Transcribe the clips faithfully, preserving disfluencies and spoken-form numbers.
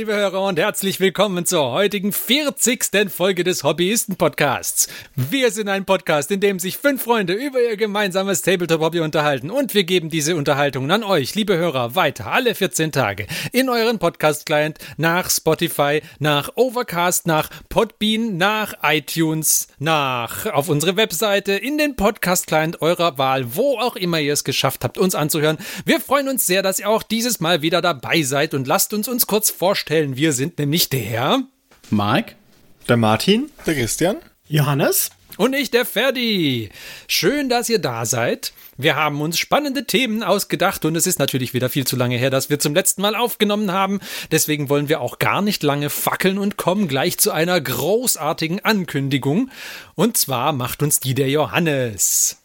liebe Hörer, und herzlich willkommen zur heutigen vierzigsten Folge des Hobbyisten-Podcasts. Wir sind ein Podcast, in dem sich fünf Freunde über ihr gemeinsames Tabletop-Hobby unterhalten, und wir geben diese Unterhaltungen an euch, liebe Hörer, weiter alle vierzehn Tage in euren Podcast-Client, nach Spotify, nach Overcast, nach Podbean, nach iTunes, nach auf unsere Webseite, in den Podcast-Client eurer Wahl, wo auch immer ihr es geschafft habt, uns anzuhören. Wir freuen uns sehr, dass ihr auch dieses Mal wieder dabei seid, und lasst uns uns kurz vorstellen. Wir sind nämlich der Mike, der Martin, der Christian, Johannes und ich, der Ferdi. Schön, dass ihr da seid. Wir haben uns spannende Themen ausgedacht, und es ist natürlich wieder viel zu lange her, dass wir zum letzten Mal aufgenommen haben. Deswegen wollen wir auch gar nicht lange fackeln und kommen gleich zu einer großartigen Ankündigung. Und zwar macht uns die der Johannes.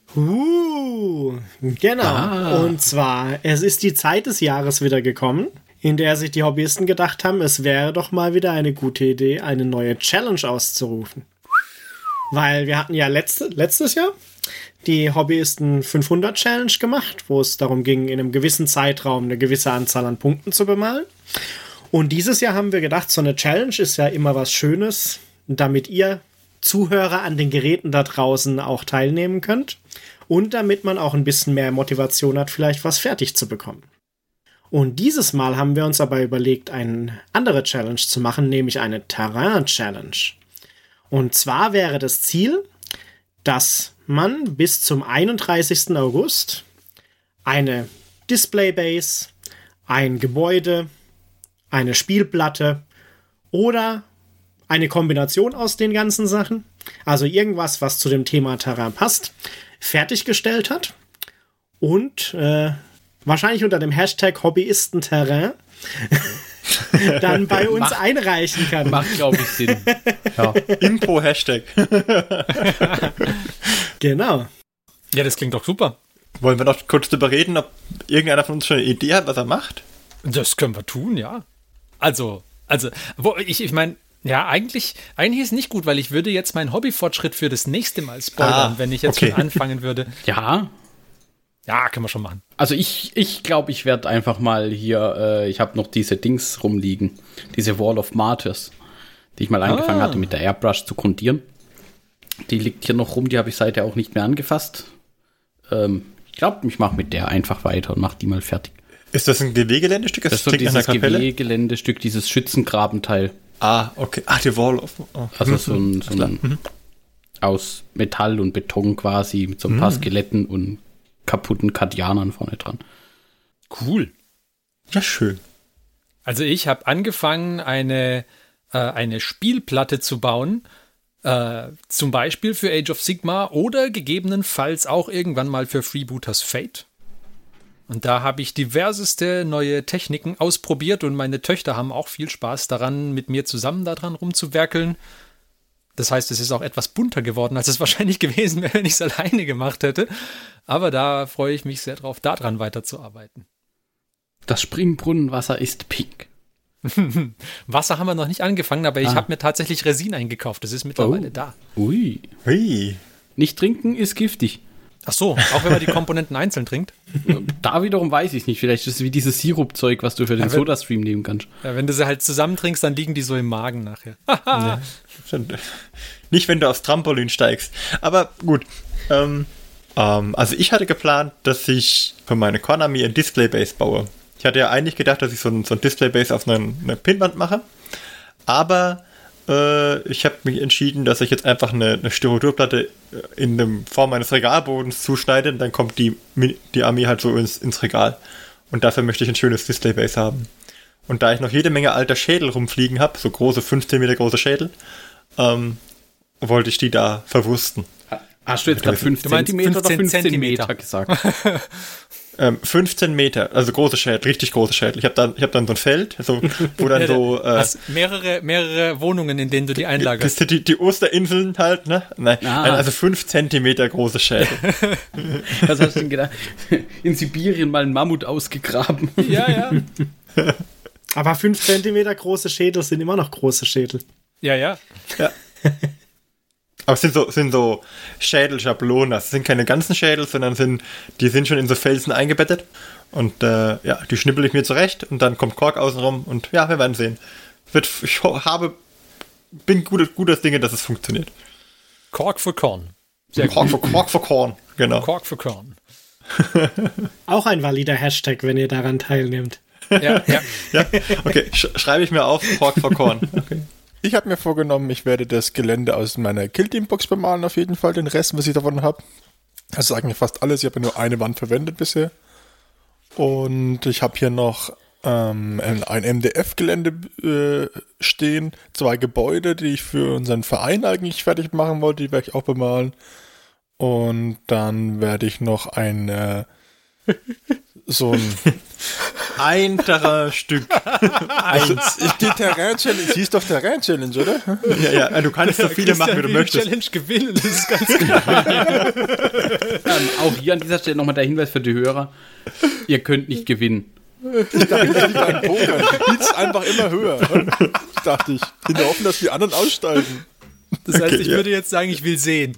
Uh, genau. Ah. Und zwar, es ist die Zeit des Jahres wieder gekommen, in der sich die Hobbyisten gedacht haben, es wäre doch mal wieder eine gute Idee, eine neue Challenge auszurufen. Weil wir hatten ja letzte, letztes Jahr die Hobbyisten fünfhundert Challenge gemacht, wo es darum ging, in einem gewissen Zeitraum eine gewisse Anzahl an Punkten zu bemalen. Und dieses Jahr haben wir gedacht, so eine Challenge ist ja immer was Schönes, damit ihr Zuhörer an den Geräten da draußen auch teilnehmen könnt und damit man auch ein bisschen mehr Motivation hat, vielleicht was fertig zu bekommen. Und dieses Mal haben wir uns aber überlegt, eine andere Challenge zu machen, nämlich eine Terrain-Challenge. Und zwar wäre das Ziel, dass man bis zum einunddreißigsten August eine Displaybase, ein Gebäude, eine Spielplatte oder eine Kombination aus den ganzen Sachen, also irgendwas, was zu dem Thema Terrain passt, fertiggestellt hat und äh, wahrscheinlich unter dem Hashtag Hobbyisten-Terrain dann bei uns Mach, einreichen kann. Macht, glaube ich, Sinn. Ja. Info-Hashtag. Genau. Ja, das klingt doch super. Wollen wir noch kurz darüber reden, ob irgendeiner von uns schon eine Idee hat, was er macht? Das können wir tun, ja. Also, also, wo ich, ich meine, ja, eigentlich, eigentlich ist es nicht gut, weil ich würde jetzt meinen Hobbyfortschritt für das nächste Mal spoilern, ah, wenn ich jetzt okay. schon anfangen würde. Ja. Ja, können wir schon machen. Also ich ich glaube, ich werde einfach mal hier, äh, ich habe noch diese Dings rumliegen, diese Wall of Martyrs, die ich mal ah. angefangen hatte mit der Airbrush zu grundieren. Die liegt hier noch rum, die habe ich seither auch nicht mehr angefasst. Ähm, ich glaube, ich mache mit der einfach weiter und mache die mal fertig. Ist das ein G W-Geländestück? Das, das ist so dieses G W-Geländestück, dieses Schützengrabenteil. Ah, okay. Ah, die Wall of... Oh. Also so ein, so ein mhm. aus Metall und Beton quasi, mit so ein paar mhm. Skeletten und kaputten Kardianern vorne dran. Cool. Ja, schön. Also ich habe angefangen, eine, äh, eine Spielplatte zu bauen, äh, zum Beispiel für Age of Sigmar oder gegebenenfalls auch irgendwann mal für Freebooters Fate. Und da habe ich diverseste neue Techniken ausprobiert, und meine Töchter haben auch viel Spaß daran, mit mir zusammen daran rumzuwerkeln. Das heißt, es ist auch etwas bunter geworden, als es wahrscheinlich gewesen wäre, wenn ich es alleine gemacht hätte. Aber da freue ich mich sehr drauf, daran weiterzuarbeiten. Das Springbrunnenwasser ist pink. Wasser haben wir noch nicht angefangen, aber ich ah. habe mir tatsächlich Resin eingekauft. Das ist mittlerweile oh. da. Ui. Ui. Nicht trinken ist giftig. Ach so, auch wenn man die Komponenten einzeln trinkt? Da wiederum weiß ich nicht. Vielleicht ist es wie dieses Sirupzeug, was du für den ja, Sodastream nehmen kannst. Ja, wenn du sie halt zusammen trinkst, dann liegen die so im Magen nachher. Ja. Nicht, wenn du aufs Trampolin steigst. Aber gut. Ähm, ähm, also ich hatte geplant, dass ich für meine Konami ein Displaybase baue. Ich hatte ja eigentlich gedacht, dass ich so ein, so ein Displaybase auf eine, eine Pinnwand mache. Aber äh, ich habe mich entschieden, dass ich jetzt einfach eine, eine Styroporplatte in der Form eines Regalbodens zuschneide. Und dann kommt die, die Armee halt so ins, ins Regal. Und dafür möchte ich ein schönes Displaybase haben. Und da ich noch jede Menge alter Schädel rumfliegen habe, so große, fünfzehn Meter große Schädel, ähm, wollte ich die da verwursten. Hast du jetzt gerade fünf Zentimeter oder fünfzehn Zentimeter gesagt? ähm, fünfzehn Meter, also große Schädel, richtig große Schädel. Ich habe dann, ich hab dann so ein Feld, so, wo dann so... Äh, hast mehrere, mehrere Wohnungen, in denen du die einlagerst. Die, die, die Osterinseln halt, ne? Nein, ah. also fünf Zentimeter große Schädel. Was hast du denn gedacht? In Sibirien mal ein Mammut ausgegraben. Ja, ja. Aber fünf Zentimeter große Schädel sind immer noch große Schädel. Ja, ja. Ja. Aber es sind so, sind so Schädelschablonen, das sind keine ganzen Schädel, sondern sind, die sind schon in so Felsen eingebettet. Und äh, ja, die schnippel ich mir zurecht und dann kommt Kork außenrum und ja, wir werden sehen. Wird, ich habe, bin guter, guter Dinge, dass es funktioniert. Kork für Korn. Sehr Kork für, Kork für Korn, genau. Kork für Korn. Auch ein valider Hashtag, wenn ihr daran teilnehmt. Ja, ja. ja, okay, sch- schreibe ich mir auf, Kork für Korn. Okay. Ich habe mir vorgenommen, ich werde das Gelände aus meiner Kill-Team-Box bemalen, auf jeden Fall, den Rest, was ich davon habe. Das ist eigentlich fast alles, ich habe nur eine Wand verwendet bisher. Und ich habe hier noch ähm, ein, ein M D F-Gelände äh, stehen, zwei Gebäude, die ich für unseren Verein eigentlich fertig machen wollte, die werde ich auch bemalen. Und dann werde ich noch ein äh, so ein ein Terrain-Stück. Also, die Terrain-Challenge, hieß doch Terrain-Challenge, oder? Ja, ja, du kannst so viele machen, wie du möchtest. Challenge gewinnen, das ist ganz klar. ähm, auch hier an dieser Stelle nochmal der Hinweis für die Hörer. Ihr könnt nicht gewinnen. Ich dachte, das liegt an Pokern. Du bietest einfach immer höher. Dachte ich. In der Hoffnung, dass die anderen aussteigen. Das heißt, Okay, ich ja. würde jetzt sagen, ich will sehen.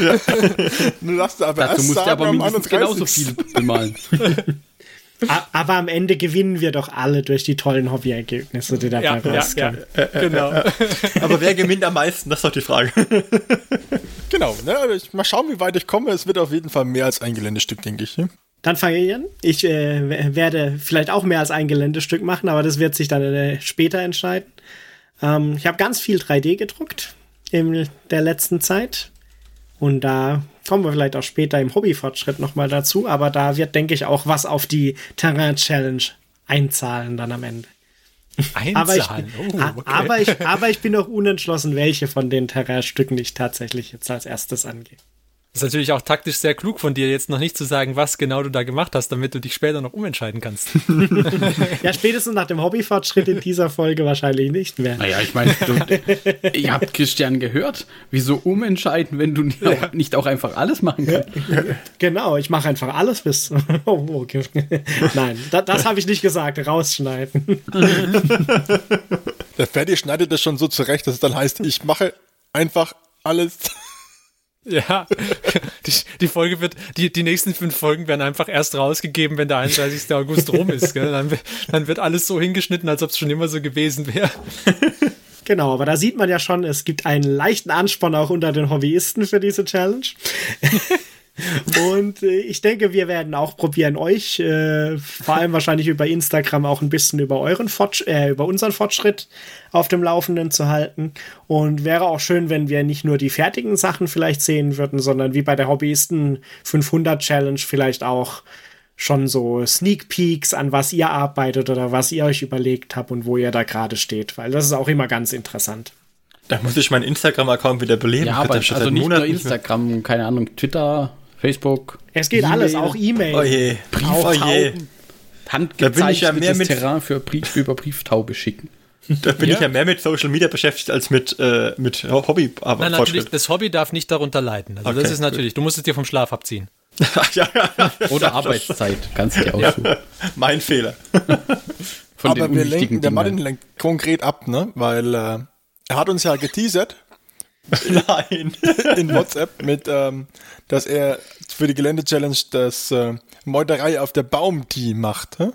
Du darfst aber Dazu erst musst du sagen, aber am mindestens genauso einunddreißigsten viel bemalen. A- Aber am Ende gewinnen wir doch alle durch die tollen Hobbyergebnisse, die dabei Ja, ja, rauskommen. ja. Genau. Aber wer gewinnt am meisten? Das ist doch die Frage. Genau, ne? Aber ich, mal schauen, wie weit ich komme. Es wird auf jeden Fall mehr als ein Geländestück, denke ich. Ne? Dann fange ich an. Ich äh, w- werde vielleicht auch mehr als ein Geländestück machen, aber das wird sich dann äh, später entscheiden. Ähm, ich habe ganz viel drei D gedruckt in der letzten Zeit. Und da kommen wir vielleicht auch später im Hobbyfortschritt nochmal dazu. Aber da wird, denke ich, auch was auf die Terrain-Challenge einzahlen dann am Ende. Aber ich, Einzahlen. Oh, a- okay. aber, ich, aber ich bin noch unentschlossen, welche von den Terrain-Stücken ich tatsächlich jetzt als erstes angehe. Das ist natürlich auch taktisch sehr klug von dir, jetzt noch nicht zu sagen, was genau du da gemacht hast, damit du dich später noch umentscheiden kannst. Ja, spätestens nach dem Hobbyfortschritt in dieser Folge wahrscheinlich nicht mehr. Naja, ich meine, ihr habt Christian gehört. Wieso umentscheiden, wenn du nicht, Ja. auch, nicht auch einfach alles machen kannst? Genau, ich mache einfach alles bis. Oh, okay. Nein, da, das habe ich nicht gesagt. Rausschneiden. Der Ferdi schneidet das schon so zurecht, dass es dann heißt, ich mache einfach alles. Ja, die, die Folge wird, die, die nächsten fünf Folgen werden einfach erst rausgegeben, wenn der einunddreißigster August rum ist. Gell? Dann, dann wird alles so hingeschnitten, als ob es schon immer so gewesen wäre. Genau, aber da sieht man ja schon, es gibt einen leichten Ansporn auch unter den Hobbyisten für diese Challenge. Und äh, ich denke, wir werden auch probieren, euch äh, vor allem wahrscheinlich über Instagram auch ein bisschen über euren Fortsch- äh, über unseren Fortschritt auf dem Laufenden zu halten. Und wäre auch schön, wenn wir nicht nur die fertigen Sachen vielleicht sehen würden, sondern wie bei der Hobbyisten fünfhundert Challenge vielleicht auch schon so Sneak Peeks an was ihr arbeitet oder was ihr euch überlegt habt und wo ihr da gerade steht, weil das ist auch immer ganz interessant. Da muss ich meinen Instagram-Account wieder beleben. Ja, Ich hab aber das schon also seit nicht nur Monaten Instagram, keine Ahnung, Twitter, Facebook. Es geht E-Mail, alles, auch E-Mail. Oh je, Brief, oh je. Tauben, Da bin ich ja handgezeichnetes mehr mit- Terrain für Brief, über Brieftaube schicken. Da bin Ja. ich ja mehr mit Social Media beschäftigt als mit, äh, mit Hobby. Aber Nein, natürlich, Fortschritt. das Hobby darf nicht darunter leiden. Also Okay, das ist natürlich, du musst es dir vom Schlaf abziehen. ja, ja, ja. Oder Arbeitszeit, kannst du dir aussuchen. Mein Fehler. Von Aber den wir unwichtigen lenken, der Martin Dingen. lenkt konkret ab, ne? Weil äh, er hat uns ja geteasert Nein. in WhatsApp mit, ähm, dass er für die Gelände-Challenge das äh, Meuterei auf der Baum-Team macht. Hä?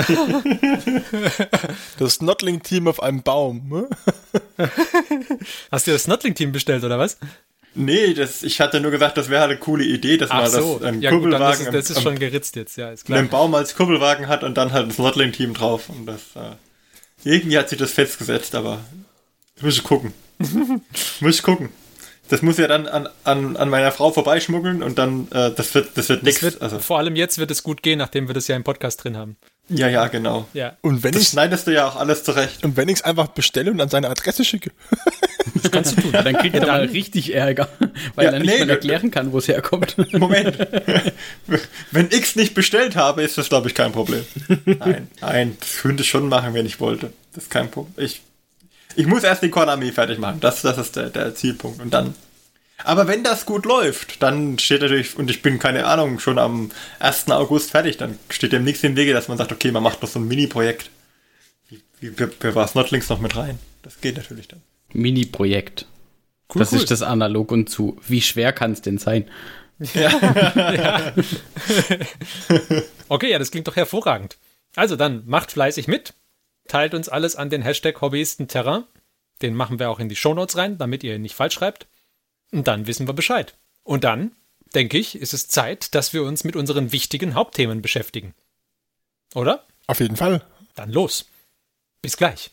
Das Snotling-Team auf einem Baum. Hä? Hast du das Snotling-Team bestellt, oder was? Nee, das, ich hatte nur gesagt, das wäre halt eine coole Idee, dass man Ach so, das ein ja gut, dann ist Kurbelwagen es, das ist am- schon geritzt jetzt, ja, ist klar. einen Baum als Kurbelwagen hat und dann halt ein Snotling-Team drauf. Und das, äh, irgendwie hat sich das festgesetzt, aber muss ich gucken. muss ich gucken. Das muss ja dann an, an, an meiner Frau vorbeischmuggeln und dann, äh, das wird, das wird Das nichts. wird, Also, vor allem jetzt wird es gut gehen, nachdem wir das ja im Podcast drin haben. ja, ja, genau. Ja, Und wenn Das ich schneidest du ja auch alles zurecht. und wenn ich es einfach bestelle und an seine Adresse schicke. das kannst du tun. Dann kriegt er mal richtig Ärger, weil Ja, er nicht nee, mehr erklären kann, wo es herkommt. Moment. Wenn ich es nicht bestellt habe, ist das, glaube ich, kein Problem. Nein, nein, das könnte ich schon machen, wenn ich wollte. Das ist kein Problem. Ich, ich muss erst die Konami fertig machen. Das, das ist der, der Zielpunkt. Und dann. Aber wenn das gut läuft, dann steht natürlich, und ich bin, keine Ahnung, schon am ersten August fertig, dann steht dem nichts im Wege, dass man sagt, okay, man macht noch so ein Mini-Projekt. Wie, wie, wie, wie war Snotlings noch mit rein? Das geht natürlich dann. Mini-Projekt. Cool, das cool. ist das Analog und zu. Wie schwer kann es denn sein? Ja. ja. Okay, ja, das klingt doch hervorragend. Also dann, macht fleißig mit. Teilt uns alles an den Hashtag Hobbyistenterrain. Den machen wir auch in die Shownotes rein, damit ihr ihn nicht falsch schreibt. Und dann wissen wir Bescheid. Und dann, denke ich, ist es Zeit, dass wir uns mit unseren wichtigen Hauptthemen beschäftigen. Oder? Auf jeden Fall. Dann los. Bis gleich.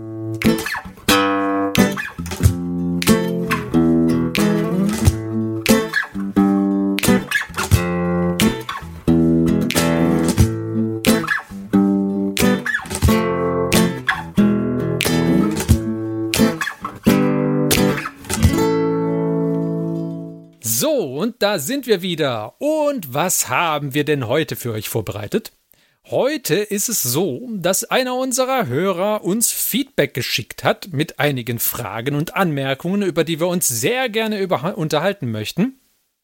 So, und da sind wir wieder. Und was haben wir denn heute für euch vorbereitet? Heute ist es so, dass einer unserer Hörer uns Feedback geschickt hat mit einigen Fragen und Anmerkungen, über die wir uns sehr gerne über- unterhalten möchten.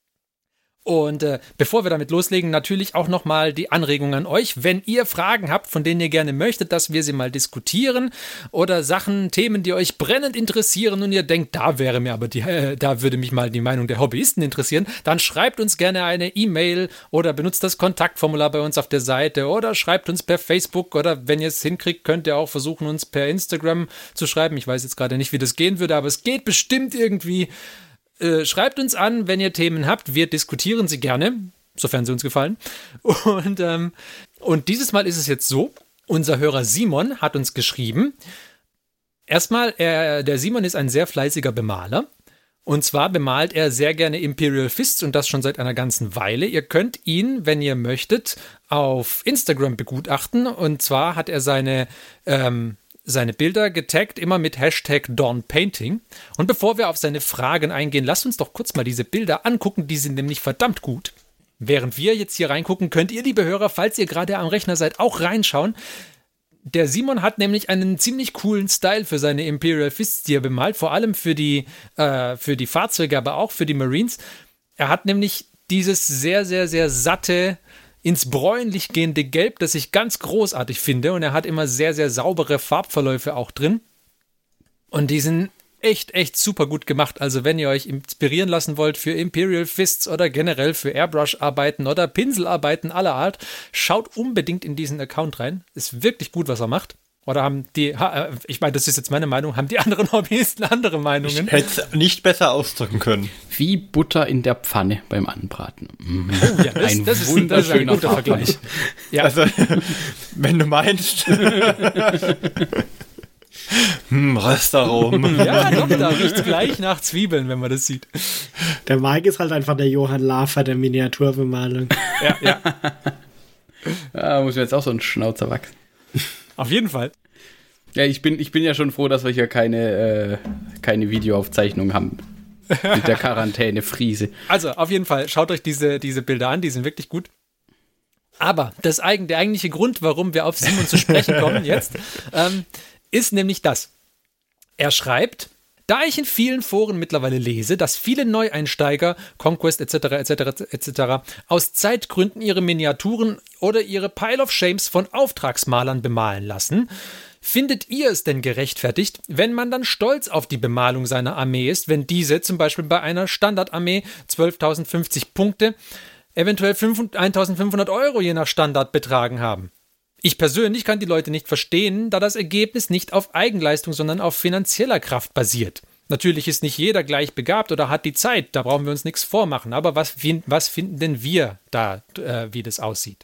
Und äh, bevor wir damit loslegen, natürlich auch nochmal die Anregung an euch. Wenn ihr Fragen habt, von denen ihr gerne möchtet, dass wir sie mal diskutieren oder Sachen, Themen, die euch brennend interessieren und ihr denkt, da wäre mir aber die, äh, da würde mich mal die Meinung der Hobbyisten interessieren, dann schreibt uns gerne eine E-Mail oder benutzt das Kontaktformular bei uns auf der Seite oder schreibt uns per Facebook oder wenn ihr es hinkriegt, könnt ihr auch versuchen, uns per Instagram zu schreiben. Ich weiß jetzt gerade nicht, wie das gehen würde, aber es geht bestimmt irgendwie. Äh, schreibt uns an, wenn ihr Themen habt. Wir diskutieren sie gerne, sofern sie uns gefallen. Und, ähm, und dieses Mal ist es jetzt so, unser Hörer Simon hat uns geschrieben. Erstmal, er, der Simon ist ein sehr fleißiger Bemaler. Und zwar bemalt er sehr gerne Imperial Fists und das schon seit einer ganzen Weile. Ihr könnt ihn, wenn ihr möchtet, auf Instagram begutachten. Und zwar hat er seine... Ähm, seine Bilder getaggt, immer mit Hashtag DawnPainting. Und bevor wir auf seine Fragen eingehen, lasst uns doch kurz mal diese Bilder angucken, die sind nämlich verdammt gut. Während wir jetzt hier reingucken, könnt ihr, liebe Hörer, falls ihr gerade am Rechner seid, auch reinschauen. Der Simon hat nämlich einen ziemlich coolen Style für seine Imperial Fists, die er bemalt, vor allem für die, äh, für die Fahrzeuge, aber auch für die Marines. Er hat nämlich dieses sehr, sehr, sehr satte, ins bräunlich gehende Gelb, das ich ganz großartig finde. Und er hat immer sehr, sehr saubere Farbverläufe auch drin. Und die sind echt, echt super gut gemacht. Also wenn ihr euch inspirieren lassen wollt für Imperial Fists oder generell für Airbrush-Arbeiten oder Pinselarbeiten aller Art, schaut unbedingt in diesen Account rein. Ist wirklich gut, was er macht. Oder haben die, ich meine, das ist jetzt meine Meinung, haben die anderen Hobbyisten andere Meinungen? Ich hätte es nicht besser ausdrücken können. Wie Butter in der Pfanne beim Anbraten. Mhm. Oh ja, das, ein das ist wunderschöner das ist ein guter Vergleich. Ja. Also, wenn du meinst. hm, Röstaromen. Ja, doch, da riecht's gleich nach Zwiebeln, wenn man das sieht. Der Mike ist halt einfach der Johann Lafer der Miniaturbemalung. Ja, ja. Da muss mir jetzt auch so ein Schnauzer wachsen. Auf jeden Fall. Ja, ich bin, ich bin ja schon froh, dass wir hier keine, äh, keine Videoaufzeichnung haben. Mit der Quarantäne-Friese. Also, auf jeden Fall, schaut euch diese, diese Bilder an, die sind wirklich gut. Aber das, eigen, der eigentliche Grund, warum wir auf Simon zu sprechen kommen jetzt, ähm, ist nämlich das. Er schreibt, da ich in vielen Foren mittlerweile lese, dass viele Neueinsteiger, Conquest et cetera et cetera et cetera aus Zeitgründen ihre Miniaturen oder ihre Pile of Shames von Auftragsmalern bemalen lassen, findet ihr es denn gerechtfertigt, wenn man dann stolz auf die Bemalung seiner Armee ist, wenn diese zum Beispiel bei einer Standardarmee zwölftausendfünfzig Punkte, eventuell eintausendfünfhundert Euro je nach Standard betragen haben? Ich persönlich kann die Leute nicht verstehen, da das Ergebnis nicht auf Eigenleistung, sondern auf finanzieller Kraft basiert. Natürlich ist nicht jeder gleich begabt oder hat die Zeit, da brauchen wir uns nichts vormachen. Aber was, was finden denn wir da, äh, wie das aussieht?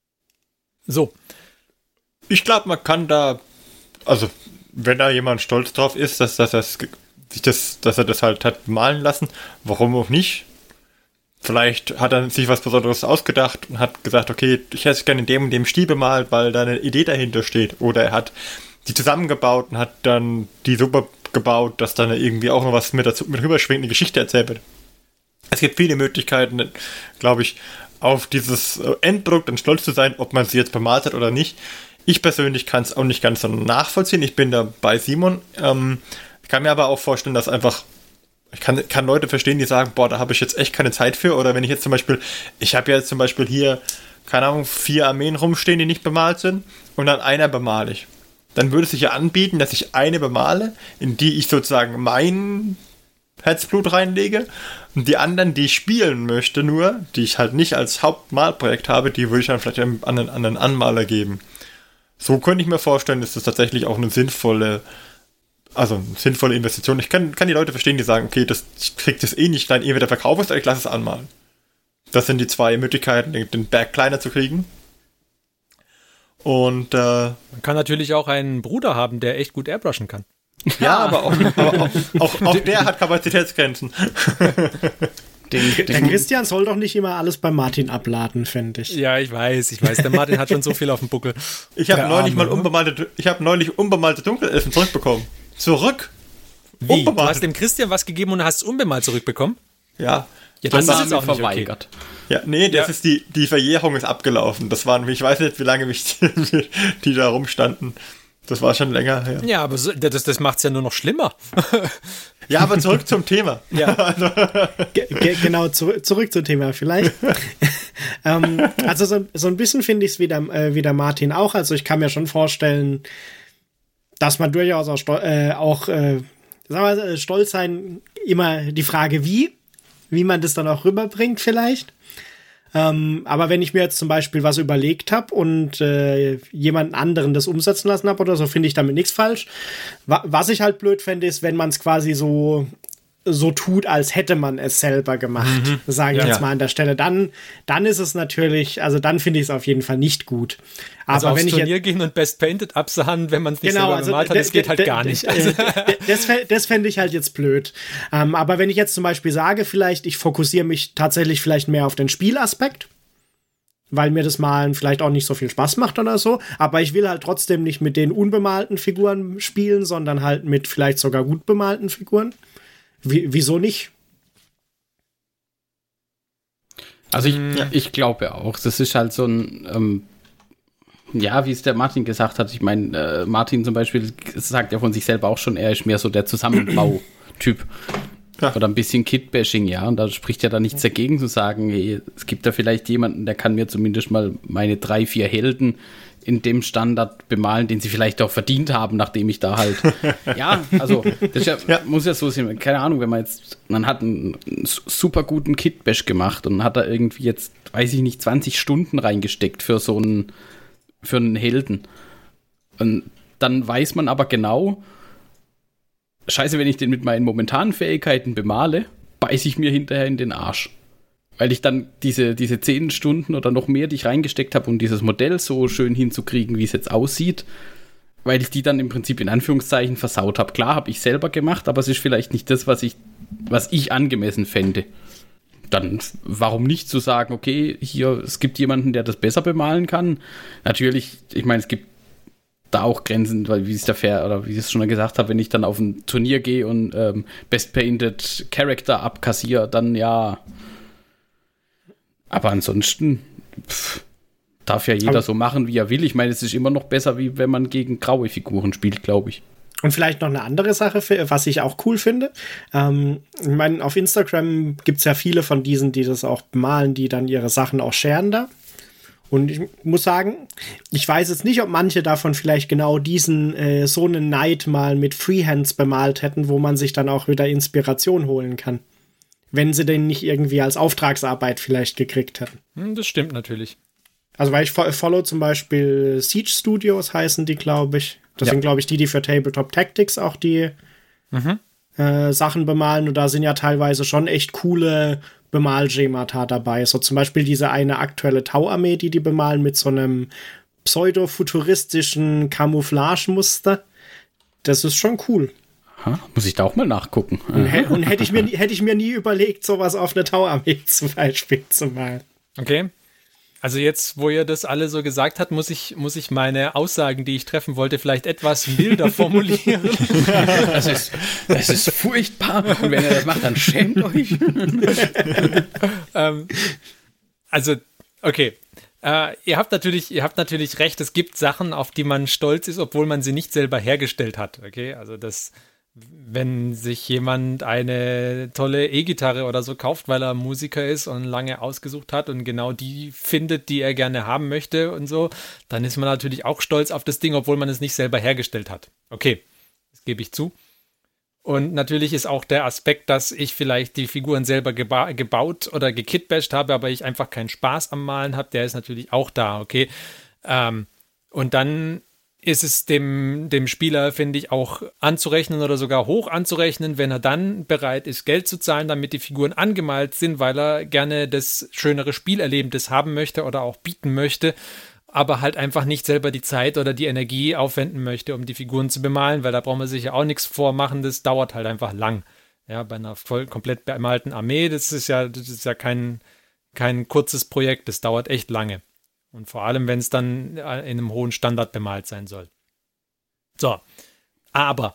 So. Ich glaube, man kann da, also wenn da jemand stolz drauf ist, dass, dass, das, sich das, dass er das halt hat malen lassen, warum auch nicht? Vielleicht hat er sich was Besonderes ausgedacht und hat gesagt, okay, ich hätte es gerne in dem und dem Stil bemalt, weil da eine Idee dahinter steht. Oder er hat die zusammengebaut und hat dann die so gebaut, dass dann irgendwie auch noch was mit dazu mit rüberschwingt, eine Geschichte erzählt wird. Es gibt viele Möglichkeiten, glaube ich, auf dieses Endprodukt dann stolz zu sein, ob man sie jetzt bemalt hat oder nicht. Ich persönlich kann es auch nicht ganz so nachvollziehen. Ich bin da bei Simon. Ähm, ich kann mir aber auch vorstellen, dass einfach Ich kann, kann Leute verstehen, die sagen, boah, da habe ich jetzt echt keine Zeit für. Oder wenn ich jetzt zum Beispiel, ich habe ja jetzt zum Beispiel hier, keine Ahnung, vier Armeen rumstehen, die nicht bemalt sind und dann einer bemale ich. Dann würde es sich ja anbieten, dass ich eine bemale, in die ich sozusagen mein, Herzblut reinlege. Und die anderen, die ich spielen möchte nur, die ich halt nicht als Hauptmalprojekt habe, die würde ich dann vielleicht an einen anderen Anmaler geben. So könnte ich mir vorstellen, dass das tatsächlich auch eine sinnvolle, also eine sinnvolle Investition. Ich kann, kann die Leute verstehen, die sagen, okay, das, ich krieg das eh nicht klein, entweder verkaufe es oder ich lasse es anmalen. Das sind die zwei Möglichkeiten, den Berg kleiner zu kriegen. Und äh, man kann natürlich auch einen Bruder haben, der echt gut airbrushen kann. Ja, aber, auch, aber auch, auch, auch der hat Kapazitätsgrenzen. Den, den der Christian soll doch nicht immer alles bei Martin abladen, finde ich. Ja, ich weiß, ich weiß. Der Martin hat schon so viel auf dem Buckel. Ich habe neulich mal unbemalte, ich habe neulich unbemalte Dunkelelfen zurückbekommen. Zurück. Wie? Unbemalt. Du hast dem Christian was gegeben und hast es unbemalt zurückbekommen? Ja. Ja, das, das ist jetzt auch verweigert. Okay. Ja, nee, das ja. ist die, die Verjährung ist abgelaufen. Das waren, ich weiß nicht, wie lange mich die, die da rumstanden. Das war schon länger her. Ja, aber so, das, das macht es ja nur noch schlimmer. Ja, aber zurück zum Thema. Ja. also. Ge- ge- genau, zu, zurück zum Thema vielleicht. ähm, also so, so ein bisschen finde ich es wie, äh, wie der Martin auch. Also ich kann mir schon vorstellen, dass man durchaus auch, stol- äh, auch äh, sagen wir, stolz sein, immer die Frage wie, wie man das dann auch rüberbringt vielleicht. Ähm, aber wenn ich mir jetzt zum Beispiel was überlegt habe und äh, jemanden anderen das umsetzen lassen habe oder so, finde ich damit nichts falsch. Wa- was ich halt blöd fände, ist, wenn man es quasi so so tut, als hätte man es selber gemacht, mhm. sage ich ja, jetzt mal an der Stelle. Dann, dann ist es natürlich, also dann finde ich es auf jeden Fall nicht gut. Aber also aufs wenn ich Turnier jetzt, gehen und Best Painted absahen, wenn man es nicht genau, selber also gemalt hat, das geht halt gar nicht. Also. Das, das fände ich halt jetzt blöd. Ähm, aber wenn ich jetzt zum Beispiel sage, vielleicht, ich fokussiere mich tatsächlich vielleicht mehr auf den Spielaspekt, weil mir das Malen vielleicht auch nicht so viel Spaß macht oder so, aber ich will halt trotzdem nicht mit den unbemalten Figuren spielen, sondern halt mit vielleicht sogar gut bemalten Figuren. Wie, wieso nicht? Also ich, ja. ich glaube auch, das ist halt so ein, ähm, ja, wie es der Martin gesagt hat, ich meine, äh, Martin zum Beispiel sagt ja von sich selber auch schon, er ist mehr so der Zusammenbau-Typ. Ja. Oder ein bisschen Kit-Bashing, ja, und da spricht ja da nichts dagegen zu sagen, hey, es gibt da vielleicht jemanden, der kann mir zumindest mal meine drei, vier Helden in dem Standard bemalen, den sie vielleicht auch verdient haben, nachdem ich da halt, ja, also, das ja, ja. muss ja so sein, keine Ahnung, wenn man jetzt, man hat einen, einen super guten Kit-Bash gemacht und hat da irgendwie jetzt, weiß ich nicht, zwanzig Stunden reingesteckt für so einen, für einen Helden. Und dann weiß man aber genau, scheiße, wenn ich den mit meinen momentanen Fähigkeiten bemale, beiße ich mir hinterher in den Arsch. Weil ich dann diese, diese zehn Stunden oder noch mehr, die ich reingesteckt habe, um dieses Modell so schön hinzukriegen, wie es jetzt aussieht, weil ich die dann im Prinzip in Anführungszeichen versaut habe. Klar, habe ich selber gemacht, aber es ist vielleicht nicht das, was ich, was ich angemessen fände. Dann warum nicht zu sagen, okay, hier, es gibt jemanden, der das besser bemalen kann. Natürlich, ich meine, es gibt da auch Grenzen, weil wie es der Fair, oder wie ich es schon gesagt habe, wenn ich dann auf ein Turnier gehe und ähm, Best Painted Character abkassiere, dann ja. Aber ansonsten pff, darf ja jeder aber so machen, wie er will. Ich meine, es ist immer noch besser, wie wenn man gegen graue Figuren spielt, glaube ich. Und vielleicht noch eine andere Sache, was ich auch cool finde. Ähm, ich meine, auf Instagram gibt es ja viele von diesen, die das auch bemalen, die dann ihre Sachen auch scheren da. Und ich muss sagen, ich weiß jetzt nicht, ob manche davon vielleicht genau diesen äh, so einen Night mal mit Freehands bemalt hätten, wo man sich dann auch wieder Inspiration holen kann. Wenn sie den nicht irgendwie als Auftragsarbeit vielleicht gekriegt hätten. Das stimmt natürlich. Also weil ich follow zum Beispiel Siege Studios heißen die, glaube ich. Das ja. sind, glaube ich, die, die für Tabletop Tactics auch die mhm. äh, Sachen bemalen. Und da sind ja teilweise schon echt coole Bemalschemata dabei. So zum Beispiel diese eine aktuelle Tau-Armee, die die bemalen mit so einem pseudo-futuristischen Camouflagemuster. Das ist schon cool. Ha, muss ich da auch mal nachgucken. Und, hä- und hätte ich mir, hätte ich mir nie überlegt, sowas auf eine Tau-Armee zum Beispiel zu malen. Okay. Also jetzt, wo ihr das alle so gesagt habt, muss ich, muss ich meine Aussagen, die ich treffen wollte, vielleicht etwas milder formulieren. Das ist, das ist furchtbar. Und wenn ihr das macht, dann schämt euch. ähm, also, okay. Äh, ihr habt natürlich, ihr habt natürlich recht, es gibt Sachen, auf die man stolz ist, obwohl man sie nicht selber hergestellt hat. Okay, also das, wenn sich jemand eine tolle E-Gitarre oder so kauft, weil er Musiker ist und lange ausgesucht hat und genau die findet, die er gerne haben möchte und so, dann ist man natürlich auch stolz auf das Ding, obwohl man es nicht selber hergestellt hat. Okay, das gebe ich zu. Und natürlich ist auch der Aspekt, dass ich vielleicht die Figuren selber geba- gebaut oder gekitbasht habe, aber ich einfach keinen Spaß am Malen habe, der ist natürlich auch da, okay. Ähm, und dann ist es dem, dem Spieler, finde ich, auch anzurechnen oder sogar hoch anzurechnen, wenn er dann bereit ist, Geld zu zahlen, damit die Figuren angemalt sind, weil er gerne das schönere Spielerlebnis haben möchte oder auch bieten möchte, aber halt einfach nicht selber die Zeit oder die Energie aufwenden möchte, um die Figuren zu bemalen, weil da braucht man sich ja auch nichts vormachen, das dauert halt einfach lang. Ja, bei einer voll komplett bemalten Armee, das ist ja, das ist ja kein, kein kurzes Projekt, das dauert echt lange. Und vor allem, wenn es dann in einem hohen Standard bemalt sein soll. So, aber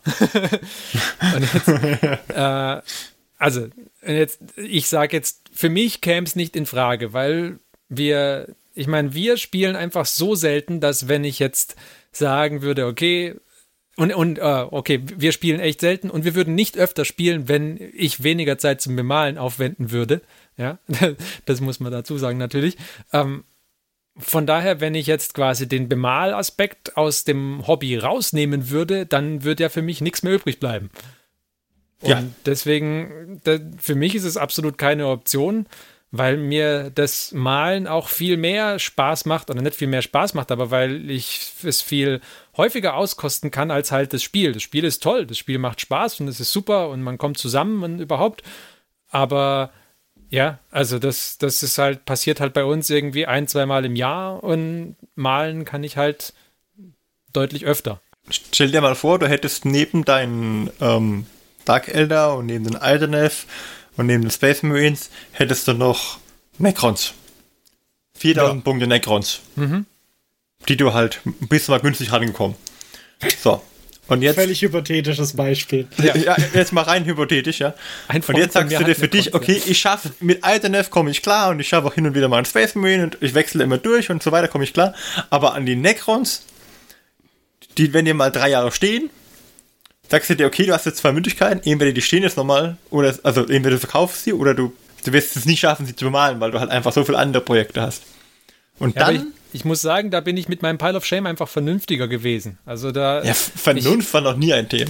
und jetzt, äh, also, jetzt, ich sage jetzt, für mich käme es nicht in Frage, weil wir Ich meine, wir spielen einfach so selten, dass wenn ich jetzt sagen würde, okay, und, und uh, okay, wir spielen echt selten und wir würden nicht öfter spielen, wenn ich weniger Zeit zum Bemalen aufwenden würde. Ja, das muss man dazu sagen natürlich. Ähm, von daher, wenn ich jetzt quasi den Bemalaspekt aus dem Hobby rausnehmen würde, dann würde ja für mich nichts mehr übrig bleiben. Und ja. deswegen, da, für mich ist es absolut keine Option, weil mir das Malen auch viel mehr Spaß macht, oder nicht viel mehr Spaß macht, aber weil ich es viel häufiger auskosten kann als halt das Spiel. Das Spiel ist toll, das Spiel macht Spaß und es ist super und man kommt zusammen und überhaupt, aber ja, also das, das ist halt, passiert halt bei uns irgendwie ein, zweimal im Jahr und malen kann ich halt deutlich öfter. Stell dir mal vor, du hättest neben deinen ähm, Dark Eldar und neben den Aldernev und neben den Space Marines hättest du noch Necrons. viertausend ja. Punkte Necrons. Mhm. Die du halt bist mal günstig rangekommen. So. Und jetzt, völlig hypothetisches Beispiel. Ja. ja, jetzt mal rein hypothetisch, ja. Ein und jetzt sagst du dir für dich, okay, ich schaffe, mit Aldernev komme ich klar und ich schaffe auch hin und wieder mal einen Space Marine und ich wechsle immer durch und so weiter, komme ich klar. Aber an die Necrons, die, wenn die mal drei Jahre stehen, sagst du dir, okay, du hast jetzt zwei Möglichkeiten, entweder die stehen jetzt nochmal, oder, also entweder du verkaufst sie, oder du, du wirst es nicht schaffen, sie zu bemalen, weil du halt einfach so viele andere Projekte hast. Und ja, dann... Ich, ich muss sagen, da bin ich mit meinem Pile of Shame einfach vernünftiger gewesen. Also da... Ja, Vernunft ich, war noch nie ein Thema.